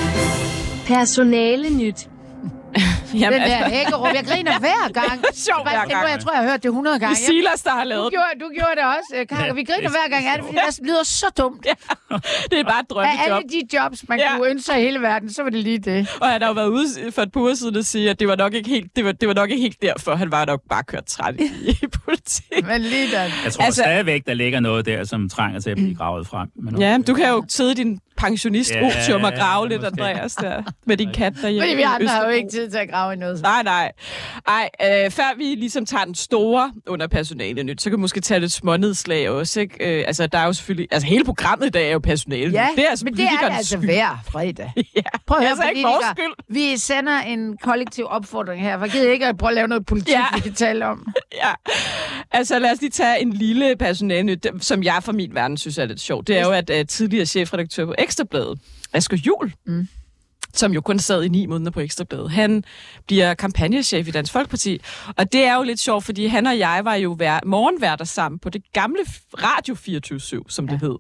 [SPEAKER 10] Personalenyt.
[SPEAKER 3] Jamen, den der Hækkerup, jeg griner hver gang.
[SPEAKER 1] Sjov hver gang.
[SPEAKER 3] Jeg tror, jeg har hørt det 100 gange.
[SPEAKER 1] Det er Silas, der har lavet
[SPEAKER 3] du gjorde det også, Karen. Vi griner hver gang af det, fordi det lyder så dumt.
[SPEAKER 1] Ja. Det er bare et drømmejob.
[SPEAKER 3] Af alle de jobs, man kunne ønske sig i hele verden, så var det lige det.
[SPEAKER 1] Og han har jo været ude for et par uger siden at sige, at det var nok ikke helt, det var nok ikke helt derfor. Han var nok bare kørt træt i politik.
[SPEAKER 3] Men lige der.
[SPEAKER 2] Jeg tror stadigvæk, der ligger noget der, som trænger til at blive gravet frem.
[SPEAKER 1] Ja, du kan jo sidde i din pensionist-otium og grave lidt, Andreas, der, med din kat derhjemme.
[SPEAKER 3] Fordi vi andre har jo ikke tid til at grave i noget.
[SPEAKER 1] Nej. Før vi ligesom tager den store under personalenyt, så kan vi måske tage lidt smånedslag også, ikke? Altså, der er jo selvfølgelig... Altså, hele programmet i dag er jo personalenyt.
[SPEAKER 3] Ja,
[SPEAKER 1] det er altså
[SPEAKER 3] men det er det altså hver fredag.
[SPEAKER 1] Ja,
[SPEAKER 3] prøv at høre,
[SPEAKER 1] altså ikke vores skyld.
[SPEAKER 3] Vi sender en kollektiv opfordring her. For gider ikke at prøve at lave noget politik, vi kan tale om.
[SPEAKER 1] Ja, altså lad os lige tage en lille personalenyt, som jeg fra min verden synes er lidt sjovt. Det er jo, at tidligere chefredaktør på Ekstrabladet, Asger Juhl, som jo kun sad i 9 måneder på Ekstrabladet. Han bliver kampagnechef i Dansk Folkeparti, og det er jo lidt sjovt, fordi han og jeg var jo morgenværter sammen på det gamle Radio 24/7, som det hed.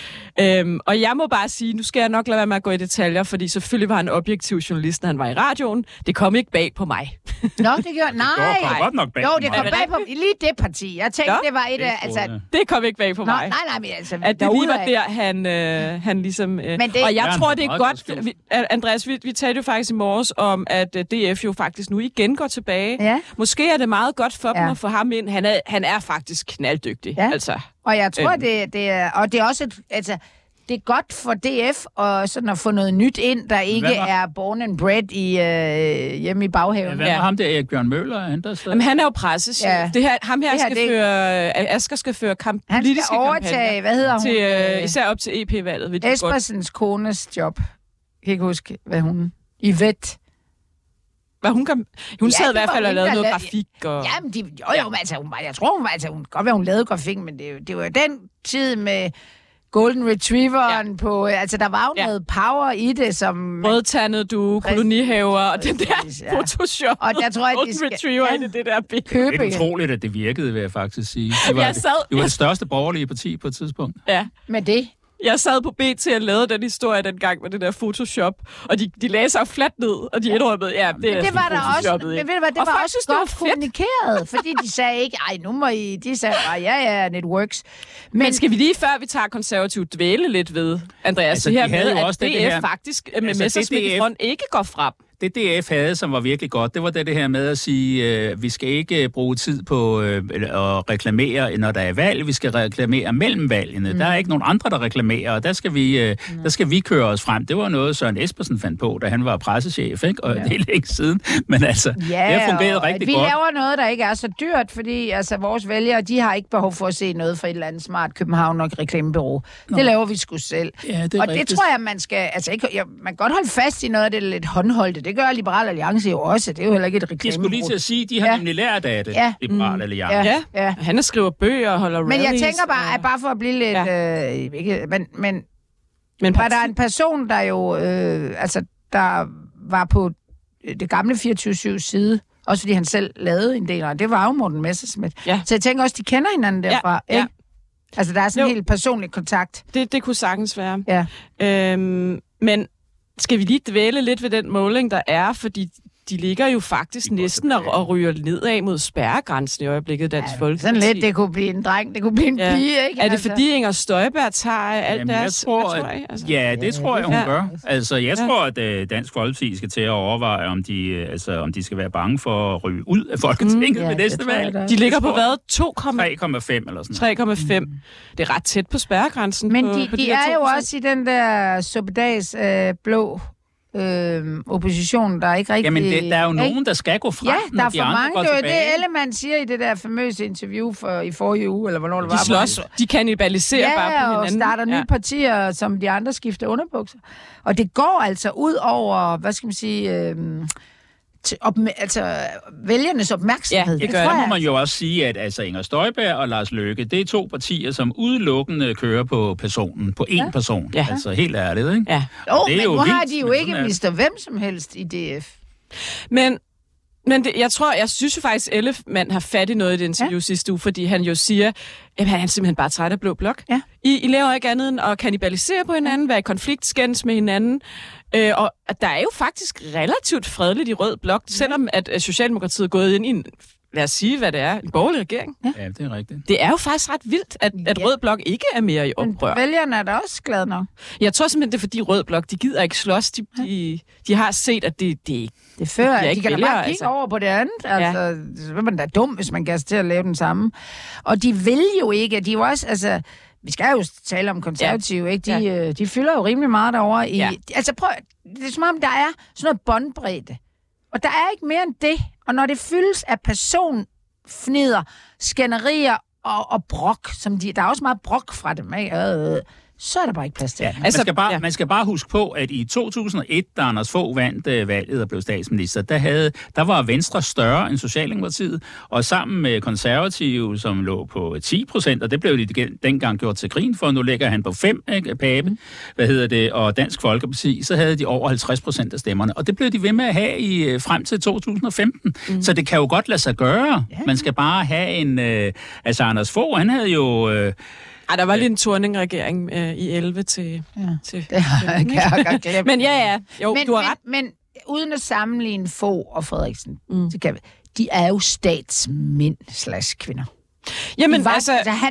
[SPEAKER 1] Og jeg må bare sige, nu skal jeg nok lade være med at gå i detaljer, fordi selvfølgelig var han objektiv journalist, når han var i radioen. Det kom ikke bag på mig.
[SPEAKER 3] Nå, det gjorde... Nej.
[SPEAKER 2] Det kom godt nok bag.
[SPEAKER 3] Jo, det kom bag på lige det parti. Jeg tænkte, det var et af... Altså...
[SPEAKER 1] Det kom ikke bag på mig.
[SPEAKER 3] Nej, men altså...
[SPEAKER 1] At det lige var der, han ligesom... Og jeg tror, det er godt... Andreas, vi talte jo faktisk i morges om, at DF jo faktisk nu igen går tilbage. Ja. Måske er det meget godt for dem at få ham ind. Han er faktisk knalddygtig. Ja. Altså,
[SPEAKER 3] og jeg tror, det er... Og det er også... det er godt for DF og sådan at få noget nyt ind, der ikke er born and bred hjemme i baghaven.
[SPEAKER 2] Hvad var ham der, Erik Bjørn Møller?
[SPEAKER 1] Jamen, han er jo pressechef. Ja. Asger skal føre politiske kampagner.
[SPEAKER 3] Han skal overtage, hvad hedder hun?
[SPEAKER 1] Især op til EP-valget.
[SPEAKER 3] Espersens kones job. Jeg kan ikke huske, hvad hun... Yvette.
[SPEAKER 1] Hvad hun sad i hvert fald og lavede noget grafik. Og...
[SPEAKER 3] Jamen, jeg tror, hun kan godt være, hun lavede grafik, men det var den tid med... Golden Retrieveren på... Altså, der var jo noget power i det, som...
[SPEAKER 1] Rødtandet du, kolonihaver og den der Photoshop.
[SPEAKER 3] Og der tror jeg,
[SPEAKER 1] Golden Retriever i det der billede.
[SPEAKER 2] Det er utroligt, at det virkede, vil jeg faktisk sige. Det var det største borgerlige parti på et tidspunkt.
[SPEAKER 1] Ja.
[SPEAKER 3] Med det?
[SPEAKER 1] Jeg sad på BT og lavede den historie dengang med det der Photoshop, og de lagde sig flat ned, og de indrømmede, det
[SPEAKER 3] var der også, men ved du hvad, det var også godt kommunikeret, fordi de sagde ikke, nu må I, de sagde bare, ja, it works. Men
[SPEAKER 1] skal vi lige, før vi tager konservativt, dvæle lidt ved, Andreas, altså, det her med, at DF faktisk med Messerschmidt i front ikke går frem?
[SPEAKER 2] Det DF havde, som var virkelig godt, det var det her med at sige, vi skal ikke bruge tid på at reklamere, når der er valg. Vi skal reklamere mellem valgene. Der er ikke nogen andre, der reklamerer, og der skal vi køre os frem. Det var noget, Søren Espersen fandt på, da han var pressechef, ikke? Og det er længe siden. Men altså, det har fungeret rigtig godt.
[SPEAKER 3] Vi laver noget, der ikke er så dyrt, fordi altså, vores vælgere, de har ikke behov for at se noget fra et eller andet smart København og reklamebureau. Det laver vi sgu selv.
[SPEAKER 2] Ja, det
[SPEAKER 3] og rigtigt. Det tror jeg, man skal... Altså, man kan godt holde fast i noget af det lidt håndholdte. Det gør Liberal Alliance jo også. Det er jo heller ikke et reklamebureau.
[SPEAKER 2] Jeg skulle lige til at sige, de har nemlig lært af det, Liberal Alliance.
[SPEAKER 1] Ja. Han skriver bøger og holder rallies.
[SPEAKER 3] Men jeg tænker bare, at bare for at blive lidt... Men var der en person, der jo... der var på det gamle 24/7 side, også fordi han selv lavede en del af det, var jo Morten Messerschmidt. Ja. Så jeg tænker også, de kender hinanden derfra, ikke? Altså, der er sådan en helt personlig kontakt.
[SPEAKER 1] Det kunne sagtens være. Ja. Men skal vi lige dvæle lidt ved den måling, der er? Fordi de ligger jo faktisk næsten og ryger nedad mod spærregrænsen i øjeblikket, Dansk Folkeparti.
[SPEAKER 3] Sådan lidt, det kunne blive en dreng, det kunne blive en pige, ikke?
[SPEAKER 1] Er det fordi Inger Støjberg tager alt deres...
[SPEAKER 2] Det tror jeg, hun gør. Altså, jeg tror, at Dansk Folkeparti skal til at overveje, om de skal være bange for at ryge ud af Folketinget ved næste valg.
[SPEAKER 1] De ligger på hvad?
[SPEAKER 2] 3,5 eller sådan
[SPEAKER 1] 3,5. Det er ret tæt på spærregrænsen.
[SPEAKER 3] Men
[SPEAKER 1] på
[SPEAKER 3] de er jo også i den der suppedags blå opposition, der er ikke rigtig...
[SPEAKER 2] Jamen, der er jo nogen, der skal gå frem.
[SPEAKER 3] Ja, der er for mange. Det er det, Ellemann siger i det der famøse interview i forrige uge, eller hvornår det var.
[SPEAKER 1] De slås, de kannibaliserer bare på hinanden.
[SPEAKER 3] Og starter nye partier, som de andre skifter underbukser. Og det går altså ud over, hvad skal man sige... vælgernes opmærksomhed.
[SPEAKER 2] Ja, det gør det. Må man jo også sige, at Inger Støjberg og Lars Løkke, det er 2 partier, som udelukkende kører på personen, på én person. Ja. Altså helt ærligt, ikke?
[SPEAKER 3] Ja. Men nu har de jo ikke mister hvem som helst i DF.
[SPEAKER 1] Men jeg synes jo faktisk, Ellemann har fat i noget i det interview sidste uge, fordi han jo siger, at han er simpelthen bare træt af blå blok. Ja. I laver ikke andet end at kannibalisere på hinanden, være i konflikt, skændes med hinanden. Og der er jo faktisk relativt fredeligt i rød blok, selvom at Socialdemokratiet er gået ind i en, lad os sige, hvad det er, en borgerlig regering.
[SPEAKER 2] Ja, det er rigtigt.
[SPEAKER 1] Det er jo faktisk ret vildt, at rød blok ikke er mere i oprør.
[SPEAKER 3] Men vælgerne er da også glade nok.
[SPEAKER 1] Jeg tror simpelthen, det er fordi rød blok, de gider ikke slås. De har set, at det
[SPEAKER 3] fører, at de kan da bare kigge over på det andet. Altså, så er man da dum, hvis man kan til at lave den samme. Og de vil jo ikke, de er jo også, altså... Vi skal jo tale om konservative, ikke? De fylder jo rimelig meget derovre i... Ja. Altså prøv, det er som om, der er sådan noget båndbredde. Og der er ikke mere end det. Og når det fyldes af personfnider, skænderier og brok, der er også meget brok fra dem, ikke? Så er der bare ikke plads til.
[SPEAKER 2] Ja, man skal bare huske på, at i 2001, da Anders Fogh vandt valget og blev statsminister, der var Venstre større end Socialdemokratiet, og sammen med Konservative, som lå på 10%, og det blev de dengang gjort til grin for, nu ligger han på 5, ikke, Pape, og Dansk Folkeparti, så havde de over 50% af stemmerne, og det blev de ved med at have frem til 2015. Så det kan jo godt lade sig gøre. Ja. Man skal bare have en... Anders Fogh, han havde jo...
[SPEAKER 1] der var lige en Thorning-regering i 11 til...
[SPEAKER 3] Det har jeg godt glemt.
[SPEAKER 1] Men jo, du har ret.
[SPEAKER 3] Men uden at sammenligne Fogh og Frederiksen, så kan vi, de er jo statsmænd/kvinder.
[SPEAKER 1] Jamen, hun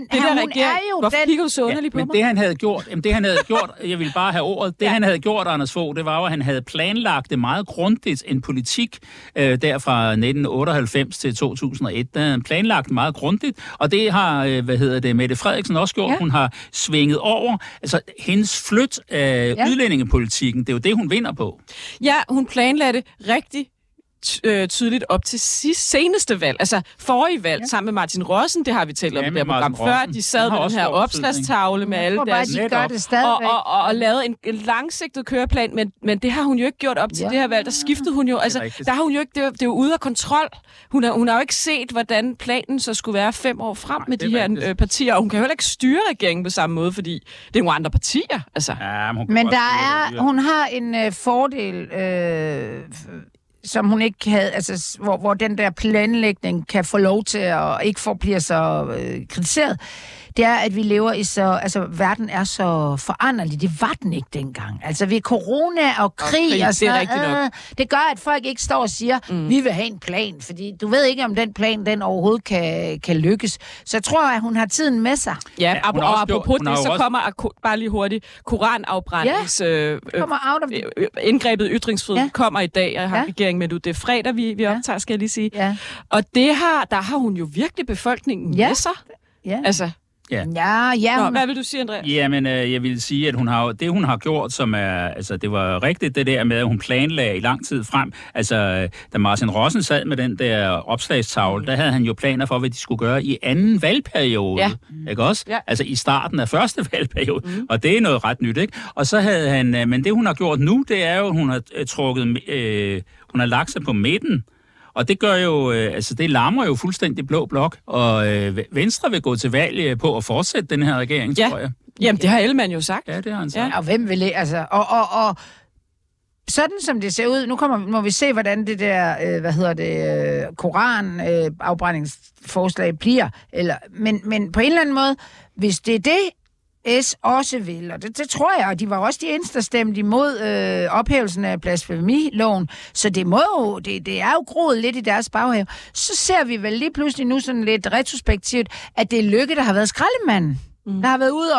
[SPEAKER 1] er jo hvorfor kigger du så underligt på mig?
[SPEAKER 2] Men det han havde gjort, jeg vil bare have ordet, han havde gjort, Anders Fogh, det var jo, at han havde planlagt det meget grundigt, en politik der fra 1998 til 2001, der havde han planlagt meget grundigt, og det har, Mette Frederiksen også gjort, hun har svinget over, altså hendes flyt af udlændingepolitikken, det er jo det, hun vinder på.
[SPEAKER 1] Ja, hun planlagde det rigtig tydeligt op til seneste valg, altså forrige valg, sammen med Martin Rossen, det har vi talt om i det program før, de sad med den her opslagstavle med alle deres... Og lavede en langsigtet køreplan, men det har hun jo ikke gjort op til det her valg, der skiftede hun jo, altså der har hun jo ikke, det er jo ude af kontrol. Hun har jo ikke set, hvordan planen så skulle være 5 år frem med de her partier, og hun kan jo heller ikke styre regeringen på samme måde, fordi det er nogle andre partier, altså.
[SPEAKER 2] Ja,
[SPEAKER 3] men hun har en fordel, som hun ikke havde, altså hvor den der planlægning kan få lov til at ikke bliver så kritiseret, det er, at vi lever i så... Altså, verden er så foranderlig. Det var den ikke dengang. Altså, ved corona og krig og sådan noget, det gør, at folk ikke står og siger, vi vil have en plan, fordi du ved ikke, om den plan, den overhovedet kan lykkes. Så jeg tror, at hun har tiden med sig.
[SPEAKER 1] Ja, og apropos det, så kommer, bare lige hurtigt, koranafbrændings... indgrebet ytringsfrihed kommer i dag, og har regeringen med, det er fredag, vi optager, skal jeg lige sige. Ja. Og der har hun jo virkelig befolkningen med sig.
[SPEAKER 3] Ja.
[SPEAKER 1] Altså...
[SPEAKER 3] Ja.
[SPEAKER 1] Nå, hvad vil du sige, Andreas?
[SPEAKER 2] Jamen, jeg vil sige, at hun har gjort, som er, altså, det var rigtigt det der med, at hun planlagde i lang tid frem. Altså, da Martin Rossen sad med den der opslagstavle, der havde han jo planer for, hvad de skulle gøre i anden valgperiode. Ja. Ikke også? Ja. Altså i starten af første valgperiode. Og det er noget ret nyt, ikke? Og så havde han, men det hun har gjort nu, det er jo, hun har lagt sig på midten. Og det gør jo, det larmer jo fuldstændig blå blok, og Venstre vil gå til valg på at fortsætte den her regering, tror jeg.
[SPEAKER 1] Jamen, det har Ellemann jo sagt.
[SPEAKER 2] Ja, det har han sagt.
[SPEAKER 3] Ja. Og hvem vil det? Altså, og sådan som det ser ud, nu må vi se, hvordan det der, koranafbrændingsforslag bliver. Men på en eller anden måde, hvis det er det, S også vil, og det tror jeg, og de var også de eneste, der stemte imod ophævelsen af blasfemiloven, så det er jo groet lidt i deres baghave. Så ser vi vel lige pludselig nu sådan lidt retrospektivt, at det er Løkke, der har været skraldemanden. Der har været ude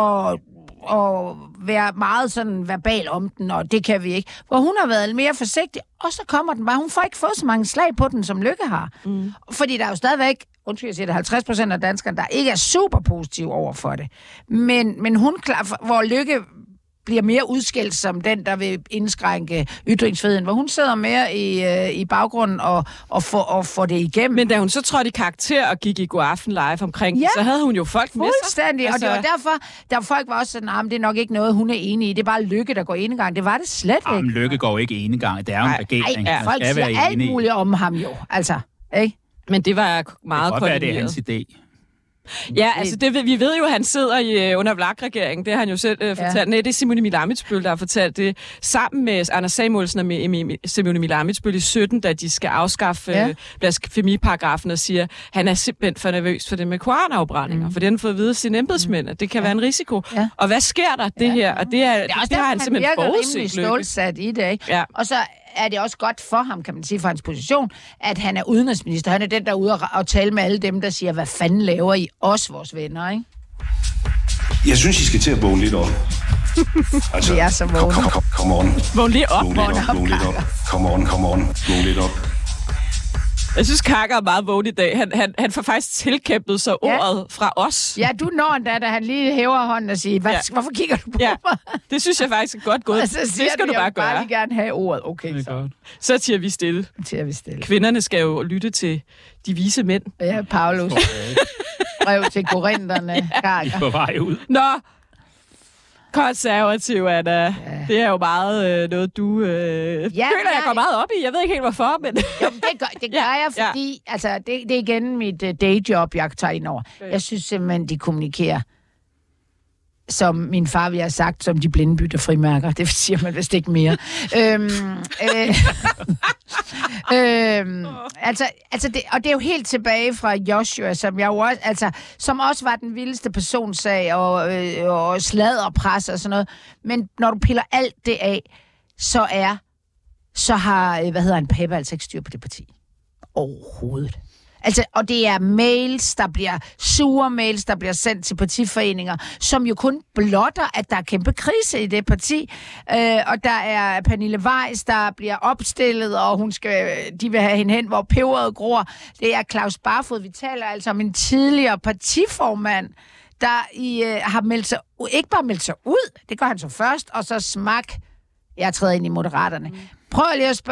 [SPEAKER 3] og være meget sådan verbal om den, og det kan vi ikke. Hvor hun har været mere forsigtig, og så kommer den bare. Hun får ikke fået så mange slag på den, som Løkke har. Fordi der er jo stadigvæk, undskyld, jeg siger det, 50% af danskerne, der ikke er super positive over for det. Men hun klar, hvor Løkke bliver mere udskilt som den, der vil indskrænke ytringsfriheden, hvor hun sidder mere i baggrunden og får det igennem.
[SPEAKER 1] Men da hun så trådte i karakter og gik i Godaften Live omkring, så havde hun jo folk med sig.
[SPEAKER 3] Fuldstændig, og det var derfor, der folk var også sådan, det er nok ikke noget, hun er enig i. Det er bare Løkke, der går enegang. Det var det slet ikke.
[SPEAKER 2] Jamen, Løkke går ikke enegang. Det er jo en regering.
[SPEAKER 3] Nej, folk siger alt muligt om ham jo. Altså, ikke?
[SPEAKER 1] Men det var meget koordineret.
[SPEAKER 2] Det er hans idé.
[SPEAKER 1] Ja, altså vi ved jo, at han sidder under VLAK-regeringen. Det har han jo selv fortalt. Nej, det er Simon Emil Ammitzbøll, der har fortalt det. Sammen med Anders Samuelsen og med Simon Emil Ammitzbøll i 17, da de skal afskaffe blasfemiparagrafen og siger, han er simpelthen for nervøs for det med koranafbrændinger. For den har fået at vide af sine embedsmænd, at det kan være en risiko. Ja. Og hvad sker der, det her? Og det har han simpelthen forudset.
[SPEAKER 3] Han virker rimelig stålsat i det, ikke?
[SPEAKER 1] Ja.
[SPEAKER 3] Og så er det også godt for ham, kan man sige, for hans position, at han er udenrigsminister. Han er den, der er ude og tale med alle dem, der siger, hvad fanden laver I? Os, vores venner, ikke?
[SPEAKER 4] Jeg synes, I skal til at vågne lidt op.
[SPEAKER 3] Altså, vi er så vågne.
[SPEAKER 4] Come on.
[SPEAKER 1] Vågne lidt op.
[SPEAKER 4] Come on. Vågne lidt op.
[SPEAKER 1] Jeg synes, Kakker er meget vågen i dag. Han får faktisk tilkæmpet sig ordet fra os.
[SPEAKER 3] Ja, du når endda, da han lige hæver hånden og siger, hvorfor kigger du på mig?
[SPEAKER 1] Det synes jeg faktisk er godt gået.
[SPEAKER 3] Og så siger
[SPEAKER 1] det skal du bare gøre.
[SPEAKER 3] Jeg vil gerne have ordet. Okay,
[SPEAKER 1] så tiger vi stille. Kvinderne skal jo lytte til de vise mænd.
[SPEAKER 3] Ja, Paulus. Brev til korinterne.
[SPEAKER 2] Kakker. På vej ud.
[SPEAKER 1] Nå, konservativ, Anna. Ja. Det er jo meget noget, du føler, jeg går meget op i. Jeg ved ikke helt, hvorfor, men...
[SPEAKER 3] Jo, det gør jeg, fordi altså, det er igen mit dayjob, jeg tager ind over. Jeg synes simpelthen, de kommunikerer, som min far ville have sagt, som de blinde bytter frimærker. Det siger man vist ikke mere. Og det er jo helt tilbage fra Joshua, som jeg jo også, som også var den vildeste personsag og sladderpres og sådan noget. Men når du piller alt det af, så har Pape altså ikke styr på det parti. Overhovedet. Altså, og det er mails, der bliver sure mails, der bliver sendt til partiforeninger, som jo kun blotter, at der er kæmpe krise i det parti. Og der er Pernille Weiss, der bliver opstillet, og de vil have hende hen, hvor peberet gror. Det er Claus Barfod. Vi taler altså om en tidligere partiformand, der har meldt sig, ikke bare meldt sig ud, det gør han så først, og så smak, jeg træder ind i Moderaterne. Prøv lige at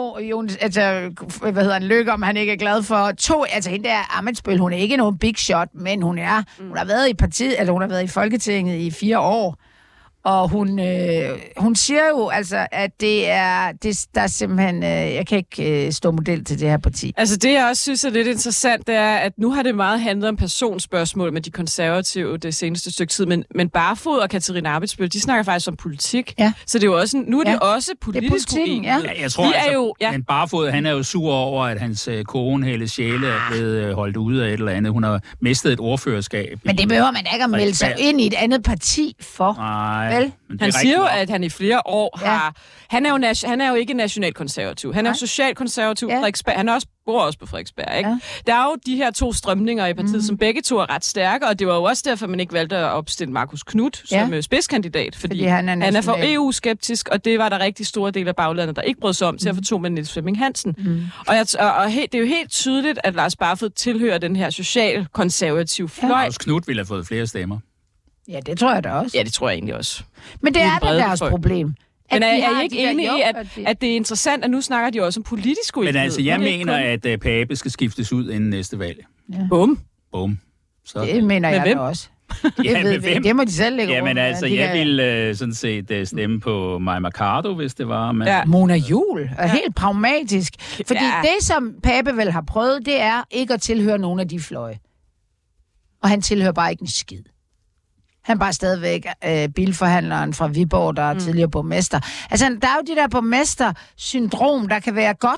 [SPEAKER 3] spørge Løkke, om han ikke er glad for hende der Ammitzbøll, hun er ikke nogen big shot, men hun har været i partiet, eller hun har været i Folketinget i 4 år. Og hun siger jo altså, at der er simpelthen, jeg kan ikke stå model til det her parti.
[SPEAKER 1] Altså det, jeg også synes er lidt interessant, det er, at nu har det meget handlet om personspørgsmål med de konservative det seneste stykke tid, men Barfod og Katarina Ammitzbøll, de snakker faktisk om politik. Ja. Så det er jo også, nu er det også politisk uenighed.
[SPEAKER 2] Ja, jeg tror men Barfod, han er jo sur over, at hans kone, Helle Sjæle, er blevet holdt ude af et eller andet. Hun har mistet et ordførerskab.
[SPEAKER 3] Men det behøver man ikke at melde sig ind i et andet parti for.
[SPEAKER 2] Nej.
[SPEAKER 1] Han siger jo, at han i flere år har... Han er jo ikke nationalkonservativ. Han er jo socialkonservativ. Han bor også på Frederiksberg, ikke? Ja. Der er jo de her 2 strømninger i partiet, som begge 2 er ret stærke, og det var jo også derfor, man ikke valgte at opstille Marcus Knuth som spidskandidat, fordi han er for EU-skeptisk, og det var der rigtig store del af baglandet, der ikke brød sig om til at få 2 med Niels Flemming Hansen. Og det er jo helt tydeligt, at Lars Barfod tilhører den her socialkonservative fløj.
[SPEAKER 2] Marcus Knuth ville have fået flere stemmer.
[SPEAKER 3] Ja, det tror jeg da også.
[SPEAKER 1] Ja, det tror jeg egentlig også.
[SPEAKER 3] Men det er deres problem.
[SPEAKER 1] Men er I ikke enige i, at det er interessant, at nu snakker de også om politisk uenighed?
[SPEAKER 2] Men altså, jeg mener, at Pape skal skiftes ud inden næste valg.
[SPEAKER 1] Ja. Bum.
[SPEAKER 3] Sådan. Det mener jeg da også. Det må de selv lægge
[SPEAKER 2] rundt. Jamen altså, jeg ville sådan set stemme på Maja Mercado, hvis det var. Men... Ja.
[SPEAKER 3] Mona Juul er helt pragmatisk. Fordi det, som Pape vel har prøvet, det er ikke at tilhøre nogen af de fløje. Og han tilhører bare ikke en skid. Han er bare stadigvæk bilforhandleren fra Viborg, der er tidligere borgmester. Altså, der er jo de der borgmester-syndrom, der kan være godt,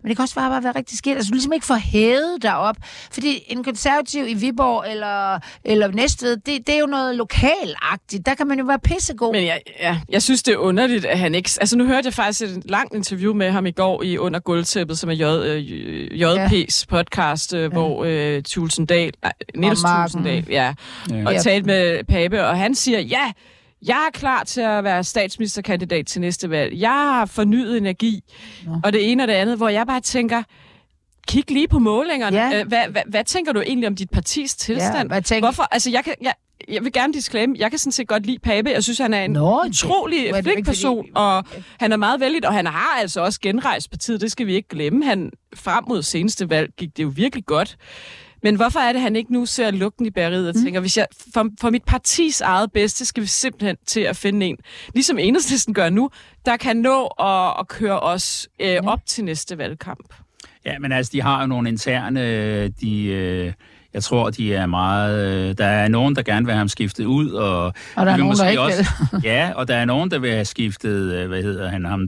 [SPEAKER 3] Men det kan også bare være rigtig skidt. Altså, du ligesom ikke får hævet derop. Fordi en konservativ i Viborg eller Næstved, det er jo noget lokalagtigt. Der kan man jo være pissegod. Men
[SPEAKER 1] jeg synes, det er underligt, at han ikke... Altså, nu hørte jeg faktisk et langt interview med ham i går i Under Gulvtæppet, som er JP's podcast, hvor Niels Thulesen Dahl, og talte med Pape, og han siger, jeg er klar til at være statsministerkandidat til næste valg. Jeg har fornyet energi, og det ene og det andet, hvor jeg bare tænker, kig lige på målingerne. Ja. Hvad tænker du egentlig om dit partis tilstand? Ja, hvorfor? Altså, jeg vil gerne disclaim, jeg kan sådan set godt lide Pape. Jeg synes, han er en utrolig flink person, og han er meget vældig, og han har altså også genrejst partiet. Det skal vi ikke glemme. Han frem mod seneste valg gik det jo virkelig godt. Men hvorfor er det, han ikke nu ser lugten i bæreriet og tænker, hvis jeg for mit partis eget bedste, skal vi simpelthen til at finde en, ligesom Enhedslisten gør nu, der kan nå at køre os op til næste valgkamp?
[SPEAKER 2] Ja, men altså, de har jo nogle interne, jeg tror, de er meget... der er nogen, der gerne vil have ham skiftet ud, og
[SPEAKER 3] der er nogen, der ikke vil.
[SPEAKER 2] Ja, og der er nogen, der vil have skiftet, hvad hedder han, ham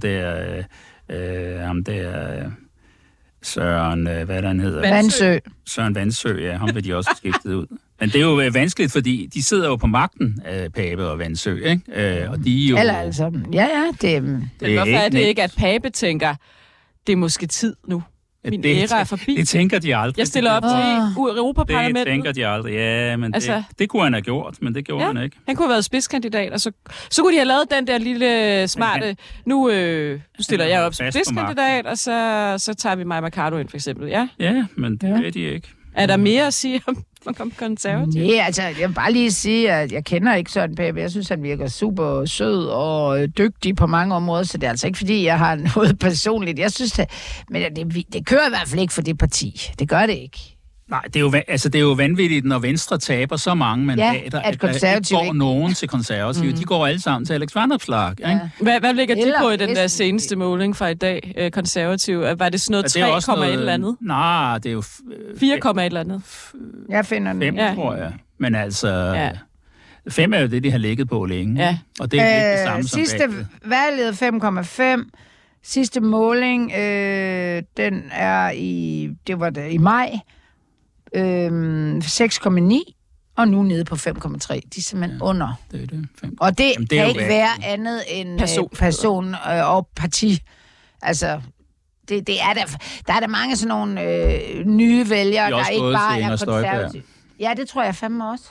[SPEAKER 2] der... Søren, hvad han hedder?
[SPEAKER 3] Vandsø.
[SPEAKER 2] Søren Vandsø, ja, ham vil de også skiftet ud. Men det er jo vanskeligt, fordi de sidder jo på magten, Pape og Vandsø, ikke? Og de er jo...
[SPEAKER 3] Eller altså, ja, det...
[SPEAKER 1] Men hvorfor er det ikke, at Pape tænker, det er måske tid nu? Min æra er forbi.
[SPEAKER 2] Det tænker de aldrig.
[SPEAKER 1] Jeg stiller op til Europaparlamentet.
[SPEAKER 2] Det tænker de aldrig, ja, men altså, det kunne han have gjort, men det gjorde han ikke.
[SPEAKER 1] Han kunne have været spidskandidat, og så kunne de have lavet den der lille smarte, nu stiller jeg op som spidskandidat, og så tager vi Maja Mercado ind, for eksempel, ja?
[SPEAKER 2] Ja, men det ved de ikke.
[SPEAKER 1] Er der mere at sige om konservativ?
[SPEAKER 3] Nej, altså, jeg vil bare lige sige, at jeg kender ikke Søren Pape. Jeg synes, han virker super sød og dygtig på mange områder, så det er altså ikke, fordi jeg har noget personligt. Jeg synes, men det kører i hvert fald ikke for det parti. Det gør det ikke.
[SPEAKER 2] Nej, det er jo vanvittigt, når Venstre taber så mange mandater, at der ikke går nogen til konservative. De går alle sammen til Alex Vanopslagh. Ikke?
[SPEAKER 1] Hvad ligger de på i den der seneste måling fra i dag, konservative? Var det sådan noget 3, et eller andet?
[SPEAKER 2] Nej, det er jo...
[SPEAKER 1] 4, et eller andet?
[SPEAKER 3] Jeg finder
[SPEAKER 2] 5, tror jeg. Men altså... 5 er jo det, de har ligget på længe. Ja. Og det er lidt det samme som
[SPEAKER 3] sidste valget 5,5. Sidste måling, den er i maj. 6,9, og nu nede på 5,3. De er simpelthen under.
[SPEAKER 2] Det er det. 5.
[SPEAKER 3] Og det kan ikke være andet end person og parti. Altså, det er der er der mange sådan nogle nye vælgere, der ikke bare er konservative. Ja, det tror jeg fandme også.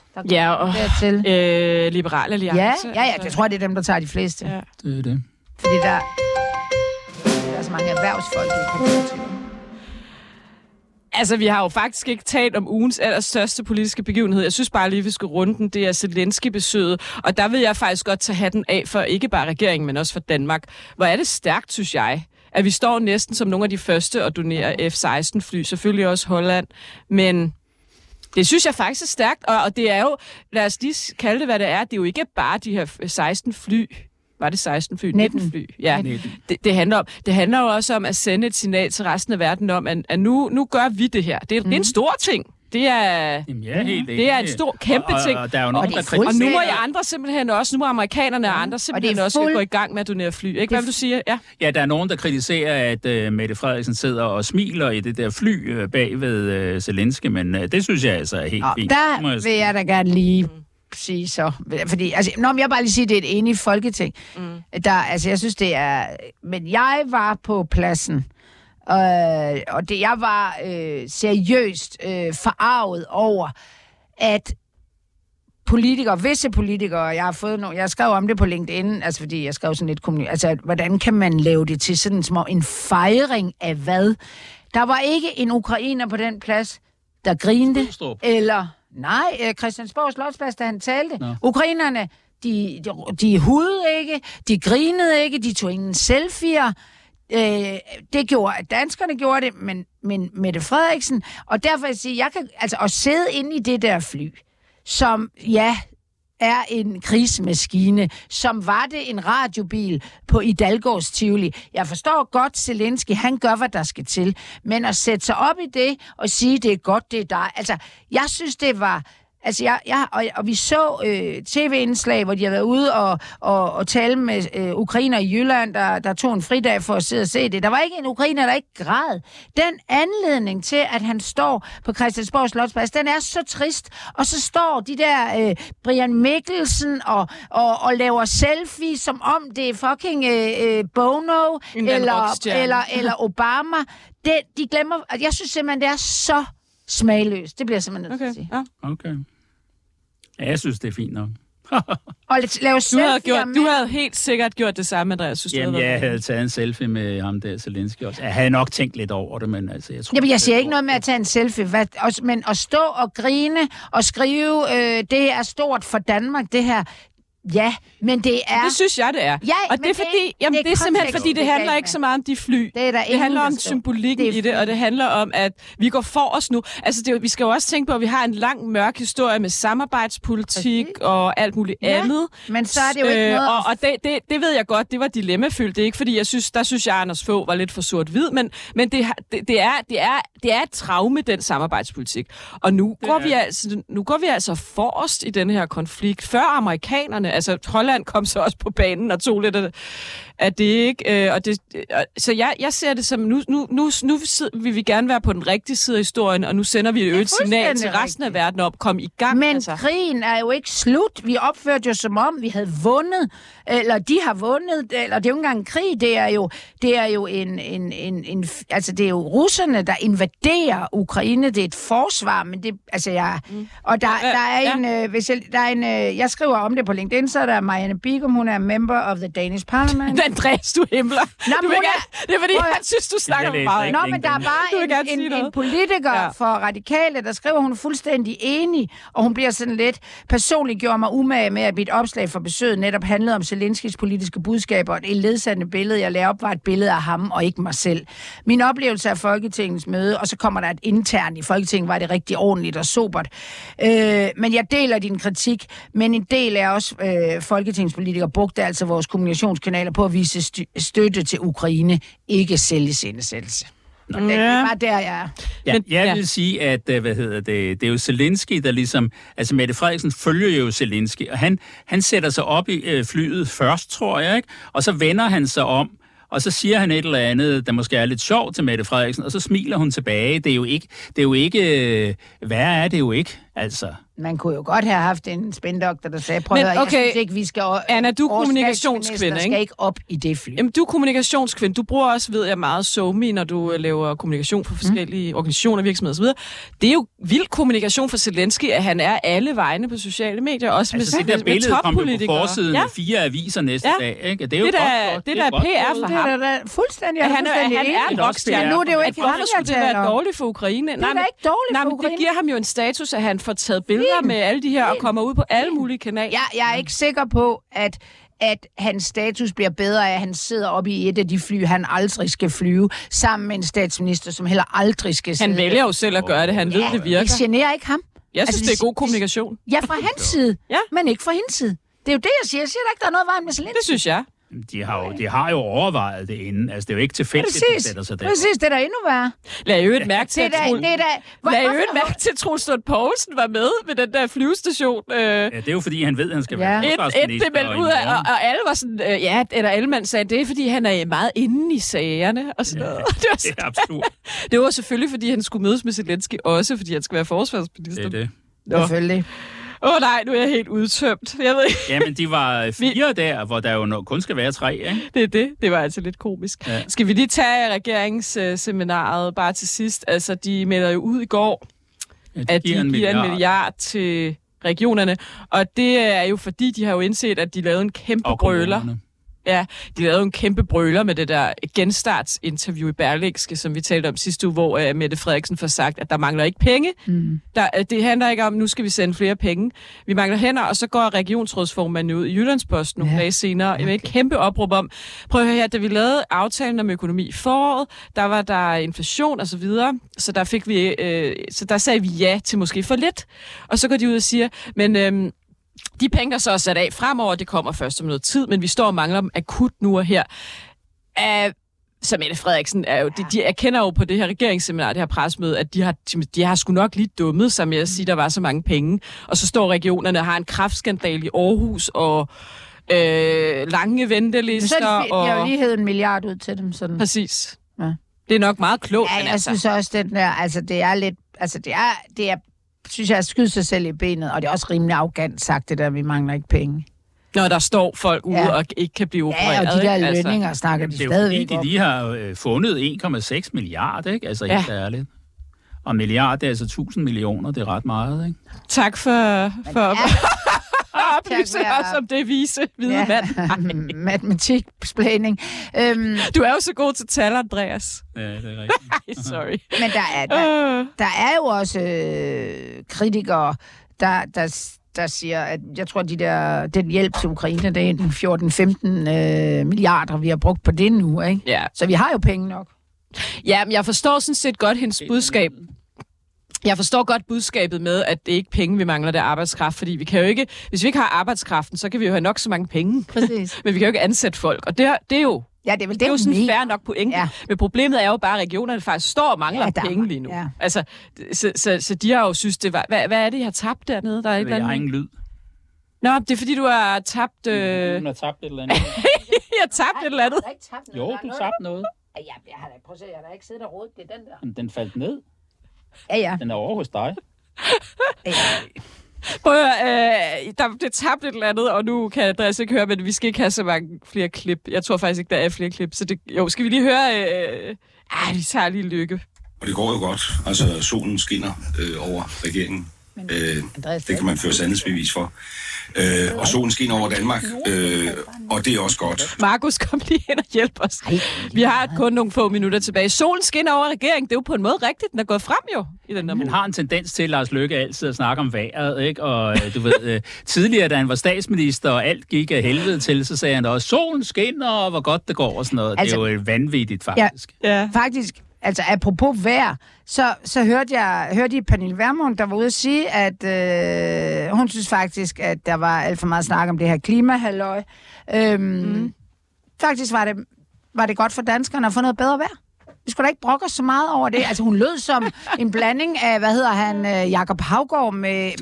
[SPEAKER 1] Liberal Alliance.
[SPEAKER 3] Ja, det tror jeg, det er dem, der tager de fleste.
[SPEAKER 2] Ja. Det er det.
[SPEAKER 3] Fordi der er så mange erhvervsfolk i konservative.
[SPEAKER 1] Altså, vi har jo faktisk ikke talt om ugens allerstørste politiske begivenhed. Jeg synes bare lige, vi skal runde den. Det er Zelensky-besøget. Og der vil jeg faktisk godt tage hatten af for ikke bare regeringen, men også for Danmark. Hvor er det stærkt, synes jeg, at vi står næsten som nogle af de første at donere F-16-fly. Selvfølgelig også Holland. Men det synes jeg faktisk er stærkt. Og det er jo, lad os lige kalde det, hvad det er. Det er jo ikke bare de her 16 fly. Var det 16 fly? 19 fly. Ja, det handler jo også om at sende et signal til resten af verden om, at nu gør vi det her. Det er en stor ting. Det er en stor, kæmpe ting.
[SPEAKER 2] Og der er jo nogen,
[SPEAKER 1] og nu må I andre simpelthen også, nu må amerikanerne og andre simpelthen også gå i gang med at donere fly. Ikke? Hvad vil du sige?
[SPEAKER 2] Ja, der er nogen, der kritiserer, at Mette Frederiksen sidder og smiler i det der fly bag ved Zelensky, men det synes jeg altså er helt fint.
[SPEAKER 3] Der vil jeg da gerne lige sige så. Fordi, altså, jeg bare lige sige, det er et enigt folketing. Jeg synes, det er... Men jeg var på pladsen, og jeg var seriøst forarvet over, at visse politikere, jeg skrev om det på LinkedIn, altså fordi jeg skrev sådan lidt altså hvordan kan man lave det til sådan en fejring af hvad? Der var ikke en ukrainer på den plads, der grinte, eller... Nej, Christiansborg Slotsplads, da han talte. No. Ukrainerne, de hudede ikke, de grinede ikke, de tog ingen selfier. Danskerne gjorde det, men Mette Frederiksen. Og derfor vil jeg sige, jeg kan altså at sidde inde i det der fly, som er en krigsmaskine, som var det en radiobil på Hidalgos Tivoli. Jeg forstår godt, Zelensky, han gør, hvad der skal til. Men at sætte sig op i det og sige, det er godt, det er dig. Altså, jeg synes, det var Altså, og vi så tv-indslag, hvor de har været ude og tale med ukrainer i Jylland, der tog en fridag for at sidde og se det. Der var ikke en ukrainer, der ikke græd. Den anledning til, at han står på Christiansborg Slotsplads, den er så trist. Og så står de der Brian Mikkelsen og laver selfie, som om det er fucking Bono eller Obama. De glemmer... Jeg synes simpelthen, det er så smagløst. Det bliver simpelthen nødt til at sige.
[SPEAKER 2] Ja. Okay. Ja, jeg synes, det er fint nok.
[SPEAKER 3] Og lave
[SPEAKER 1] du havde helt sikkert gjort det samme, Andreas. Synes,
[SPEAKER 2] jamen, jeg havde taget en selfie med ham der, Zelensky også. Jeg havde nok tænkt lidt over det, men altså...
[SPEAKER 3] Jeg siger ikke noget med at tage en selfie, men at stå og grine og skrive, det er stort for Danmark, det her... Ja, men det er...
[SPEAKER 1] Det synes jeg, det er.
[SPEAKER 3] Ja,
[SPEAKER 1] og det er, fordi, det er simpelthen fordi, det handler ikke så meget om de fly.
[SPEAKER 3] Det
[SPEAKER 1] handler om symbolikken i det, og det handler om, at vi går for os nu. Altså, vi skal jo også tænke på, at vi har en lang, mørk historie med samarbejdspolitik og alt muligt andet.
[SPEAKER 3] Men så er det jo ikke noget...
[SPEAKER 1] Og det ved jeg godt, det var dilemmafyldt. Det er ikke, fordi jeg synes, Anders Fogh var lidt for sort-hvid, men det er et traume, den samarbejdspolitik. Og nu går vi altså forrest i den her konflikt, før amerikanerne. Altså, Holland kom så også på banen og tog lidt af det, ikke? Så jeg ser det som, nu vil vi gerne være på den rigtige side af historien, og nu sender vi et signal til resten af verden om, kom i gang.
[SPEAKER 3] Men krigen er jo ikke slut. Vi opførte jo som om, vi havde vundet, eller de har vundet, eller det er jo ikke engang en krig, det er jo altså det er jo russerne, der invaderer Ukraine, det er et forsvar, men det, altså og der er en, jeg skriver om det på LinkedIn, så er der Marianne Bigum, hun er member of the Danish Parliament.
[SPEAKER 1] Andreas, du himler. Det er fordi, jeg synes, du snakker for meget.
[SPEAKER 3] Nå, men der er bare en politiker for Radikale, der skriver, hun er fuldstændig enig, og hun bliver sådan lidt personligt gjort mig umage med, at mit opslag for besøget netop handlede om Zelenskys politiske budskaber, og det ledsagende billede, jeg lavede op, var et billede af ham, og ikke mig selv. Min oplevelse af Folketingets møde, og så kommer der et internt i Folketinget, var det rigtig ordentligt og sobert. Men jeg deler din kritik, men en del af os folketingspolitikere brugte altså vores kommunikationskanaler på at vise støtte til Ukraine, ikke selvisindesættelse. Det er bare der, jeg er.
[SPEAKER 2] Jeg vil sige, at det er jo Zelensky, der ligesom... Altså, Mette Frederiksen følger jo Zelensky, og han sætter sig op i flyet først, tror jeg, ikke? Og så vender han sig om, og så siger han et eller andet, der måske er lidt sjovt til Mette Frederiksen, og så smiler hun tilbage. Det er jo ikke værre er det jo ikke, altså...
[SPEAKER 3] Man kunne jo godt have haft en spændoktor, der sagde, jeg synes ikke, vi skal...
[SPEAKER 1] Anna, du er kommunikationskvinde,
[SPEAKER 3] skal ikke op i det fly.
[SPEAKER 1] Jamen, du er kommunikationskvinde. Du bruger også, ved jeg, meget SoMe, når du laver kommunikation for forskellige organisationer, virksomheder osv. Det er jo vild kommunikation for Zelensky, at han er alle vegne på sociale medier, også
[SPEAKER 2] altså, med toppolitikere. Det der billede kom jo på forsiden af 4 aviser næste dag, ikke? Det er jo
[SPEAKER 1] det er PR for ham.
[SPEAKER 3] Det er fuldstændig
[SPEAKER 1] han er en rockstjerne.
[SPEAKER 3] Nu er det jo ikke
[SPEAKER 1] hvorfor skulle det være dårligt for Ukraine?
[SPEAKER 3] Det er da ikke dårligt for Ukraine.
[SPEAKER 1] Det giver ham jo en status, at han får taget billeder med alle de her og kommer ud på alle mulige kanaler.
[SPEAKER 3] Jeg er ikke sikker på, at hans status bliver bedre af, at han sidder oppe i et af de fly, han aldrig skal flyve, sammen med en statsminister, som heller aldrig skal sidde.
[SPEAKER 1] Han vælger jo selv at gøre det. Han ved, det virker.
[SPEAKER 3] Det generer ikke ham.
[SPEAKER 1] Jeg synes, det er god kommunikation.
[SPEAKER 3] Ja, fra hans side, men ikke fra hendes side. Det er jo det, jeg siger. Jeg siger ikke, der er noget vejen med Zelensky.
[SPEAKER 1] Det synes jeg.
[SPEAKER 2] De har jo overvejet det inden. Altså, det er jo ikke tilfældigt, at de sætter sig der.
[SPEAKER 3] Præcis, det er der endnu værre.
[SPEAKER 1] Lad jo et mærke til, at Troels Lund Poulsen var med den der flyvestation.
[SPEAKER 2] Ja, det er jo fordi, han ved, at han skal være
[SPEAKER 1] forsvarsminister. Det meldte ud af, og alle var sådan, eller alle mand sagde, det er fordi, han er meget inde i sagerne. Og sådan noget.
[SPEAKER 2] Det er absurd.
[SPEAKER 1] Det var selvfølgelig, fordi han skulle mødes med Zelensky, også fordi han skal være forsvarsminister.
[SPEAKER 2] Det er det.
[SPEAKER 3] Selvfølgelig.
[SPEAKER 1] Nej, nu er jeg helt udtømt. Jeg ved ikke.
[SPEAKER 2] Jamen, de var 4 der, hvor der jo kun skal være 3, ikke?
[SPEAKER 1] Det er det. Det var altså lidt komisk. Ja. Skal vi lige tage regeringsseminaret bare til sidst? Altså, de melder jo ud i går, at de giver en milliard til regionerne. Og det er jo fordi, de har jo indset, at de lavede en kæmpe brøler. Ja, de lavede en kæmpe brøler med det der genstartsinterview i Berlingske, som vi talte om sidste uge, hvor Mette Frederiksen får sagt, at der mangler ikke penge. Det handler ikke om, nu skal vi sende flere penge. Vi mangler hænder, og så går regionsrådsformanden ud i Jyllandsposten nogle dage senere med et kæmpe opråb om, prøv at høre her, da vi lavede aftalen om økonomi i foråret, der var der inflation og så videre, så der fik vi, så der sagde vi ja til måske for lidt. Og så går de ud og siger, men de penge, der så er sat af fremover, det kommer først om noget tid, men vi står og mangler dem akut nu og her. Så Mette Frederiksen er jo, de erkender jo på det her regeringsseminar, det her pressemøde, at de har sgu nok lige dummet sig med at sige, at der var så mange penge. Og så står regionerne og har en kræftskandal i Aarhus, og lange ventelister.
[SPEAKER 3] Så de har jo lige hævet 1 milliard ud til dem. Sådan.
[SPEAKER 1] Præcis.
[SPEAKER 3] Ja.
[SPEAKER 1] Det er nok meget klogt.
[SPEAKER 3] Ja, jeg synes også, den der, altså det er lidt, altså det er synes jeg, at skyde sig selv i benet, og det er også rimelig arrogant sagt, det der, vi mangler ikke penge.
[SPEAKER 1] Når der står folk ude og ikke kan blive opereret.
[SPEAKER 3] Ja, og de der lønninger snakker de stadigvæk om.
[SPEAKER 2] Det er jo fordi, de lige har fundet 1,6 milliard, ikke? Altså helt ærligt. Og milliard, det er altså 1000 millioner, det er ret meget, ikke?
[SPEAKER 1] Tak for at oplyse os om det hvide mand.
[SPEAKER 3] Matematiksplæning.
[SPEAKER 1] Du er jo så god til tal, Andreas.
[SPEAKER 2] Ja, det er rigtigt.
[SPEAKER 1] Sorry.
[SPEAKER 3] Men der er jo også kritikere, der siger, at jeg tror, den hjælp til Ukraine, det er 14-15 milliarder, vi har brugt på det nu, ikke?
[SPEAKER 1] Ja.
[SPEAKER 3] Så vi har jo penge nok.
[SPEAKER 1] Ja, men jeg forstår sådan set godt hendes budskab. Jeg forstår godt budskabet med, at det ikke er penge, vi mangler, det er arbejdskraft, fordi vi kan jo ikke, hvis vi ikke har arbejdskraften, så kan vi jo have nok så mange penge.
[SPEAKER 3] Præcis.
[SPEAKER 1] Men vi kan jo ikke ansætte folk, og det er jo...
[SPEAKER 3] Ja, det er vel
[SPEAKER 1] det er jo sådan fair nok pointe. Ja. Men problemet er jo bare, at regionerne faktisk står og mangler penge lige nu.
[SPEAKER 3] Ja.
[SPEAKER 1] Altså, så de har jo synes, det var... Hvad er det, jeg har tabt dernede? Der er
[SPEAKER 2] jeg har ingen lyd.
[SPEAKER 1] Nå, det er fordi, du har tabt...
[SPEAKER 2] Du har tabt et eller andet.
[SPEAKER 1] Jeg har tabt et eller andet.
[SPEAKER 2] Jo, du tabte noget.
[SPEAKER 3] Jeg har da, prøv at se, jeg har da ikke siddet og rodet, det er den der.
[SPEAKER 2] Men den faldt ned.
[SPEAKER 3] Ja.
[SPEAKER 2] Den er over hos dig.
[SPEAKER 1] Prøv at der blev tabt et eller andet, og nu kan Andreas ikke høre, men vi skal ikke have så mange flere klip. Jeg tror faktisk ikke, der er flere klip. Så skal vi lige høre... vi tager lige Lykke.
[SPEAKER 4] Og det går jo godt. Altså, solen skinner over regeringen. Det kan man føre sandhedsbevis for. Og solen skinner over Danmark, og det er også godt.
[SPEAKER 1] Markus, kom lige ind og hjælp os. Vi har kun nogle få minutter tilbage. Solen skinner over regeringen, det er jo på en måde rigtigt. Den er gået frem jo i den der måde.
[SPEAKER 2] Han har en tendens til, Lars Løkke, altid at snakke om vejret, ikke? Og du ved, tidligere, da han var statsminister, og alt gik af helvede til, så sagde han også, solen skinner, og hvor godt det går, og sådan noget. Altså, det er jo vanvittigt, faktisk.
[SPEAKER 3] Ja, faktisk. Altså, apropos vejr, så hørte I Pernille Vermund, der var ude at sige, at hun synes faktisk, at der var alt for meget snak om det her klimahalløj. Faktisk var det godt for danskerne at få noget bedre vejr. Vi skulle da ikke brokke os så meget over det. Altså, hun lød som en blanding af, Jakob Haugaard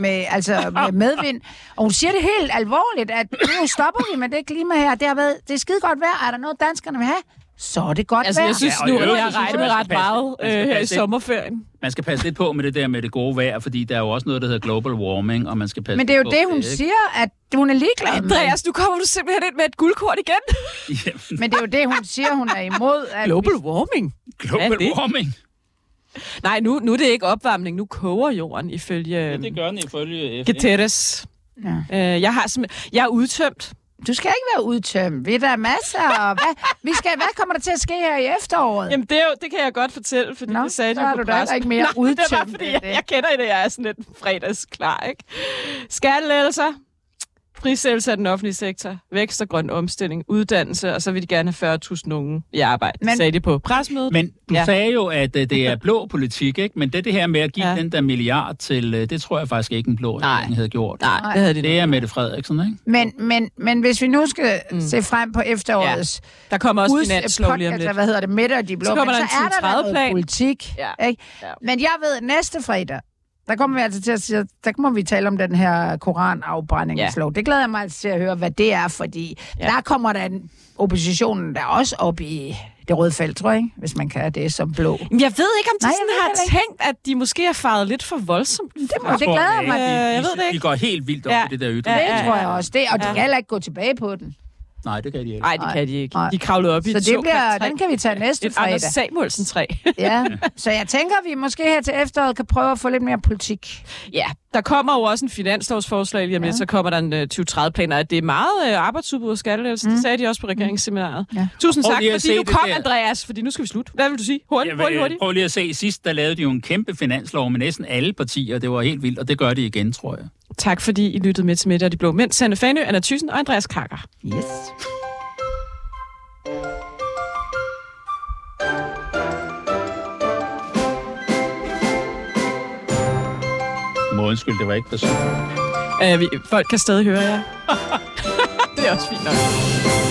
[SPEAKER 3] med medvind. Og hun siger det helt alvorligt, at nu stopper vi med det klima her. Det er skide godt vejr. Er der noget, danskerne vil have? Så er det godt vejr.
[SPEAKER 1] Jeg synes nu, at jeg regner med ret meget her i sommerferien.
[SPEAKER 2] Man skal passe lidt på med det der med det gode vejr, fordi der er jo også noget, der hedder global warming, og man skal passe.
[SPEAKER 3] Men det er jo det, hun siger, at hun er ligeglad med.
[SPEAKER 1] Andreas, nu kommer du simpelthen ind med et guldkort igen.
[SPEAKER 3] Men det er jo det, hun siger, hun er imod. At
[SPEAKER 1] global warming?
[SPEAKER 2] Global warming?
[SPEAKER 1] Nej, nu er det ikke opvarmning. Nu koger jorden ifølge...
[SPEAKER 2] Ja, det gør den ifølge
[SPEAKER 1] Guterres. Ja. Jeg er udtømt.
[SPEAKER 3] Du skal ikke være udtømt. Vi er der masser. Hvad kommer der til at ske her i efteråret?
[SPEAKER 1] Jamen, det kan jeg godt fortælle, fordi det sagde de på
[SPEAKER 3] pressen. Ikke mere udtømt.
[SPEAKER 1] Det var, fordi jeg kender det, jeg er sådan lidt fredagsklar, ikke? Skattelettelser, frisættelse af den offentlige sektor, vækst og grøn omstilling, uddannelse, og så vil de gerne have 40.000 unge i arbejde, sagde de på pressemødet.
[SPEAKER 2] Men du sagde jo, at det er blå politik, ikke? Men det her med at give den der milliard til, det tror jeg faktisk ikke en blå regering havde gjort.
[SPEAKER 1] Nej, det havde de.
[SPEAKER 2] Det er Mette Frederiksen, ikke?
[SPEAKER 3] Men hvis vi nu skal se frem på efterårets...
[SPEAKER 1] Der kommer også finanslov lige om lidt.
[SPEAKER 3] Hvad hedder det? Mette og de blå.
[SPEAKER 1] Så kommer der en 2030-plan.
[SPEAKER 3] Politik. Ja. Ikke? Ja. Men jeg ved, at næste fredag, der kommer vi altså til at sige, der kommer vi tale om den her koranafbrændingslov. Ja. Det glæder jeg mig altså til at høre, hvad det er, fordi der kommer der oppositionen der også op i det røde felt, tror jeg, ikke? Hvis man kan det som blå.
[SPEAKER 1] Jeg ved ikke, om de har tænkt, at de måske har faret lidt for voldsomt.
[SPEAKER 3] Det glæder mig.
[SPEAKER 1] Jeg ved det ikke.
[SPEAKER 2] De går helt vildt op i det der ytring.
[SPEAKER 3] Det tror jeg også. Og de kan heller ikke gå tilbage på den.
[SPEAKER 2] Nej, det kan de ikke.
[SPEAKER 1] Nej, det kan de ikke. De kravlede op i et
[SPEAKER 3] såkaldt træ. Den kan vi tage næste fredag.
[SPEAKER 1] Anders Samuelsen 3.
[SPEAKER 3] Ja, så jeg tænker, at vi måske her til efteråret kan prøve at få lidt mere politik.
[SPEAKER 1] Ja, der kommer jo også en finanslovsforslag lige om lidt, så kommer der en 2030-plan, og det er meget arbejdsudbud og skattelettelse. Det sagde de også på regeringsseminaret. Ja. Tusind tak, fordi du kom, Andreas, fordi nu skal vi slutte. Hvad vil du sige? Hurtigt.
[SPEAKER 2] Prøv lige at se. Sidst, der lavede de jo en kæmpe finanslov med næsten alle partier. Det var helt vildt, og det gør de igen, tror jeg.
[SPEAKER 1] Tak, fordi I lyttede med til Mette og de Blå Mænd. Sanne Fanø, Anna Thyssen og Andreas Karker.
[SPEAKER 3] Yes.
[SPEAKER 2] Undskyld, det var ikke personligt.
[SPEAKER 1] Folk kan stadig høre jer. Det er også fint nok.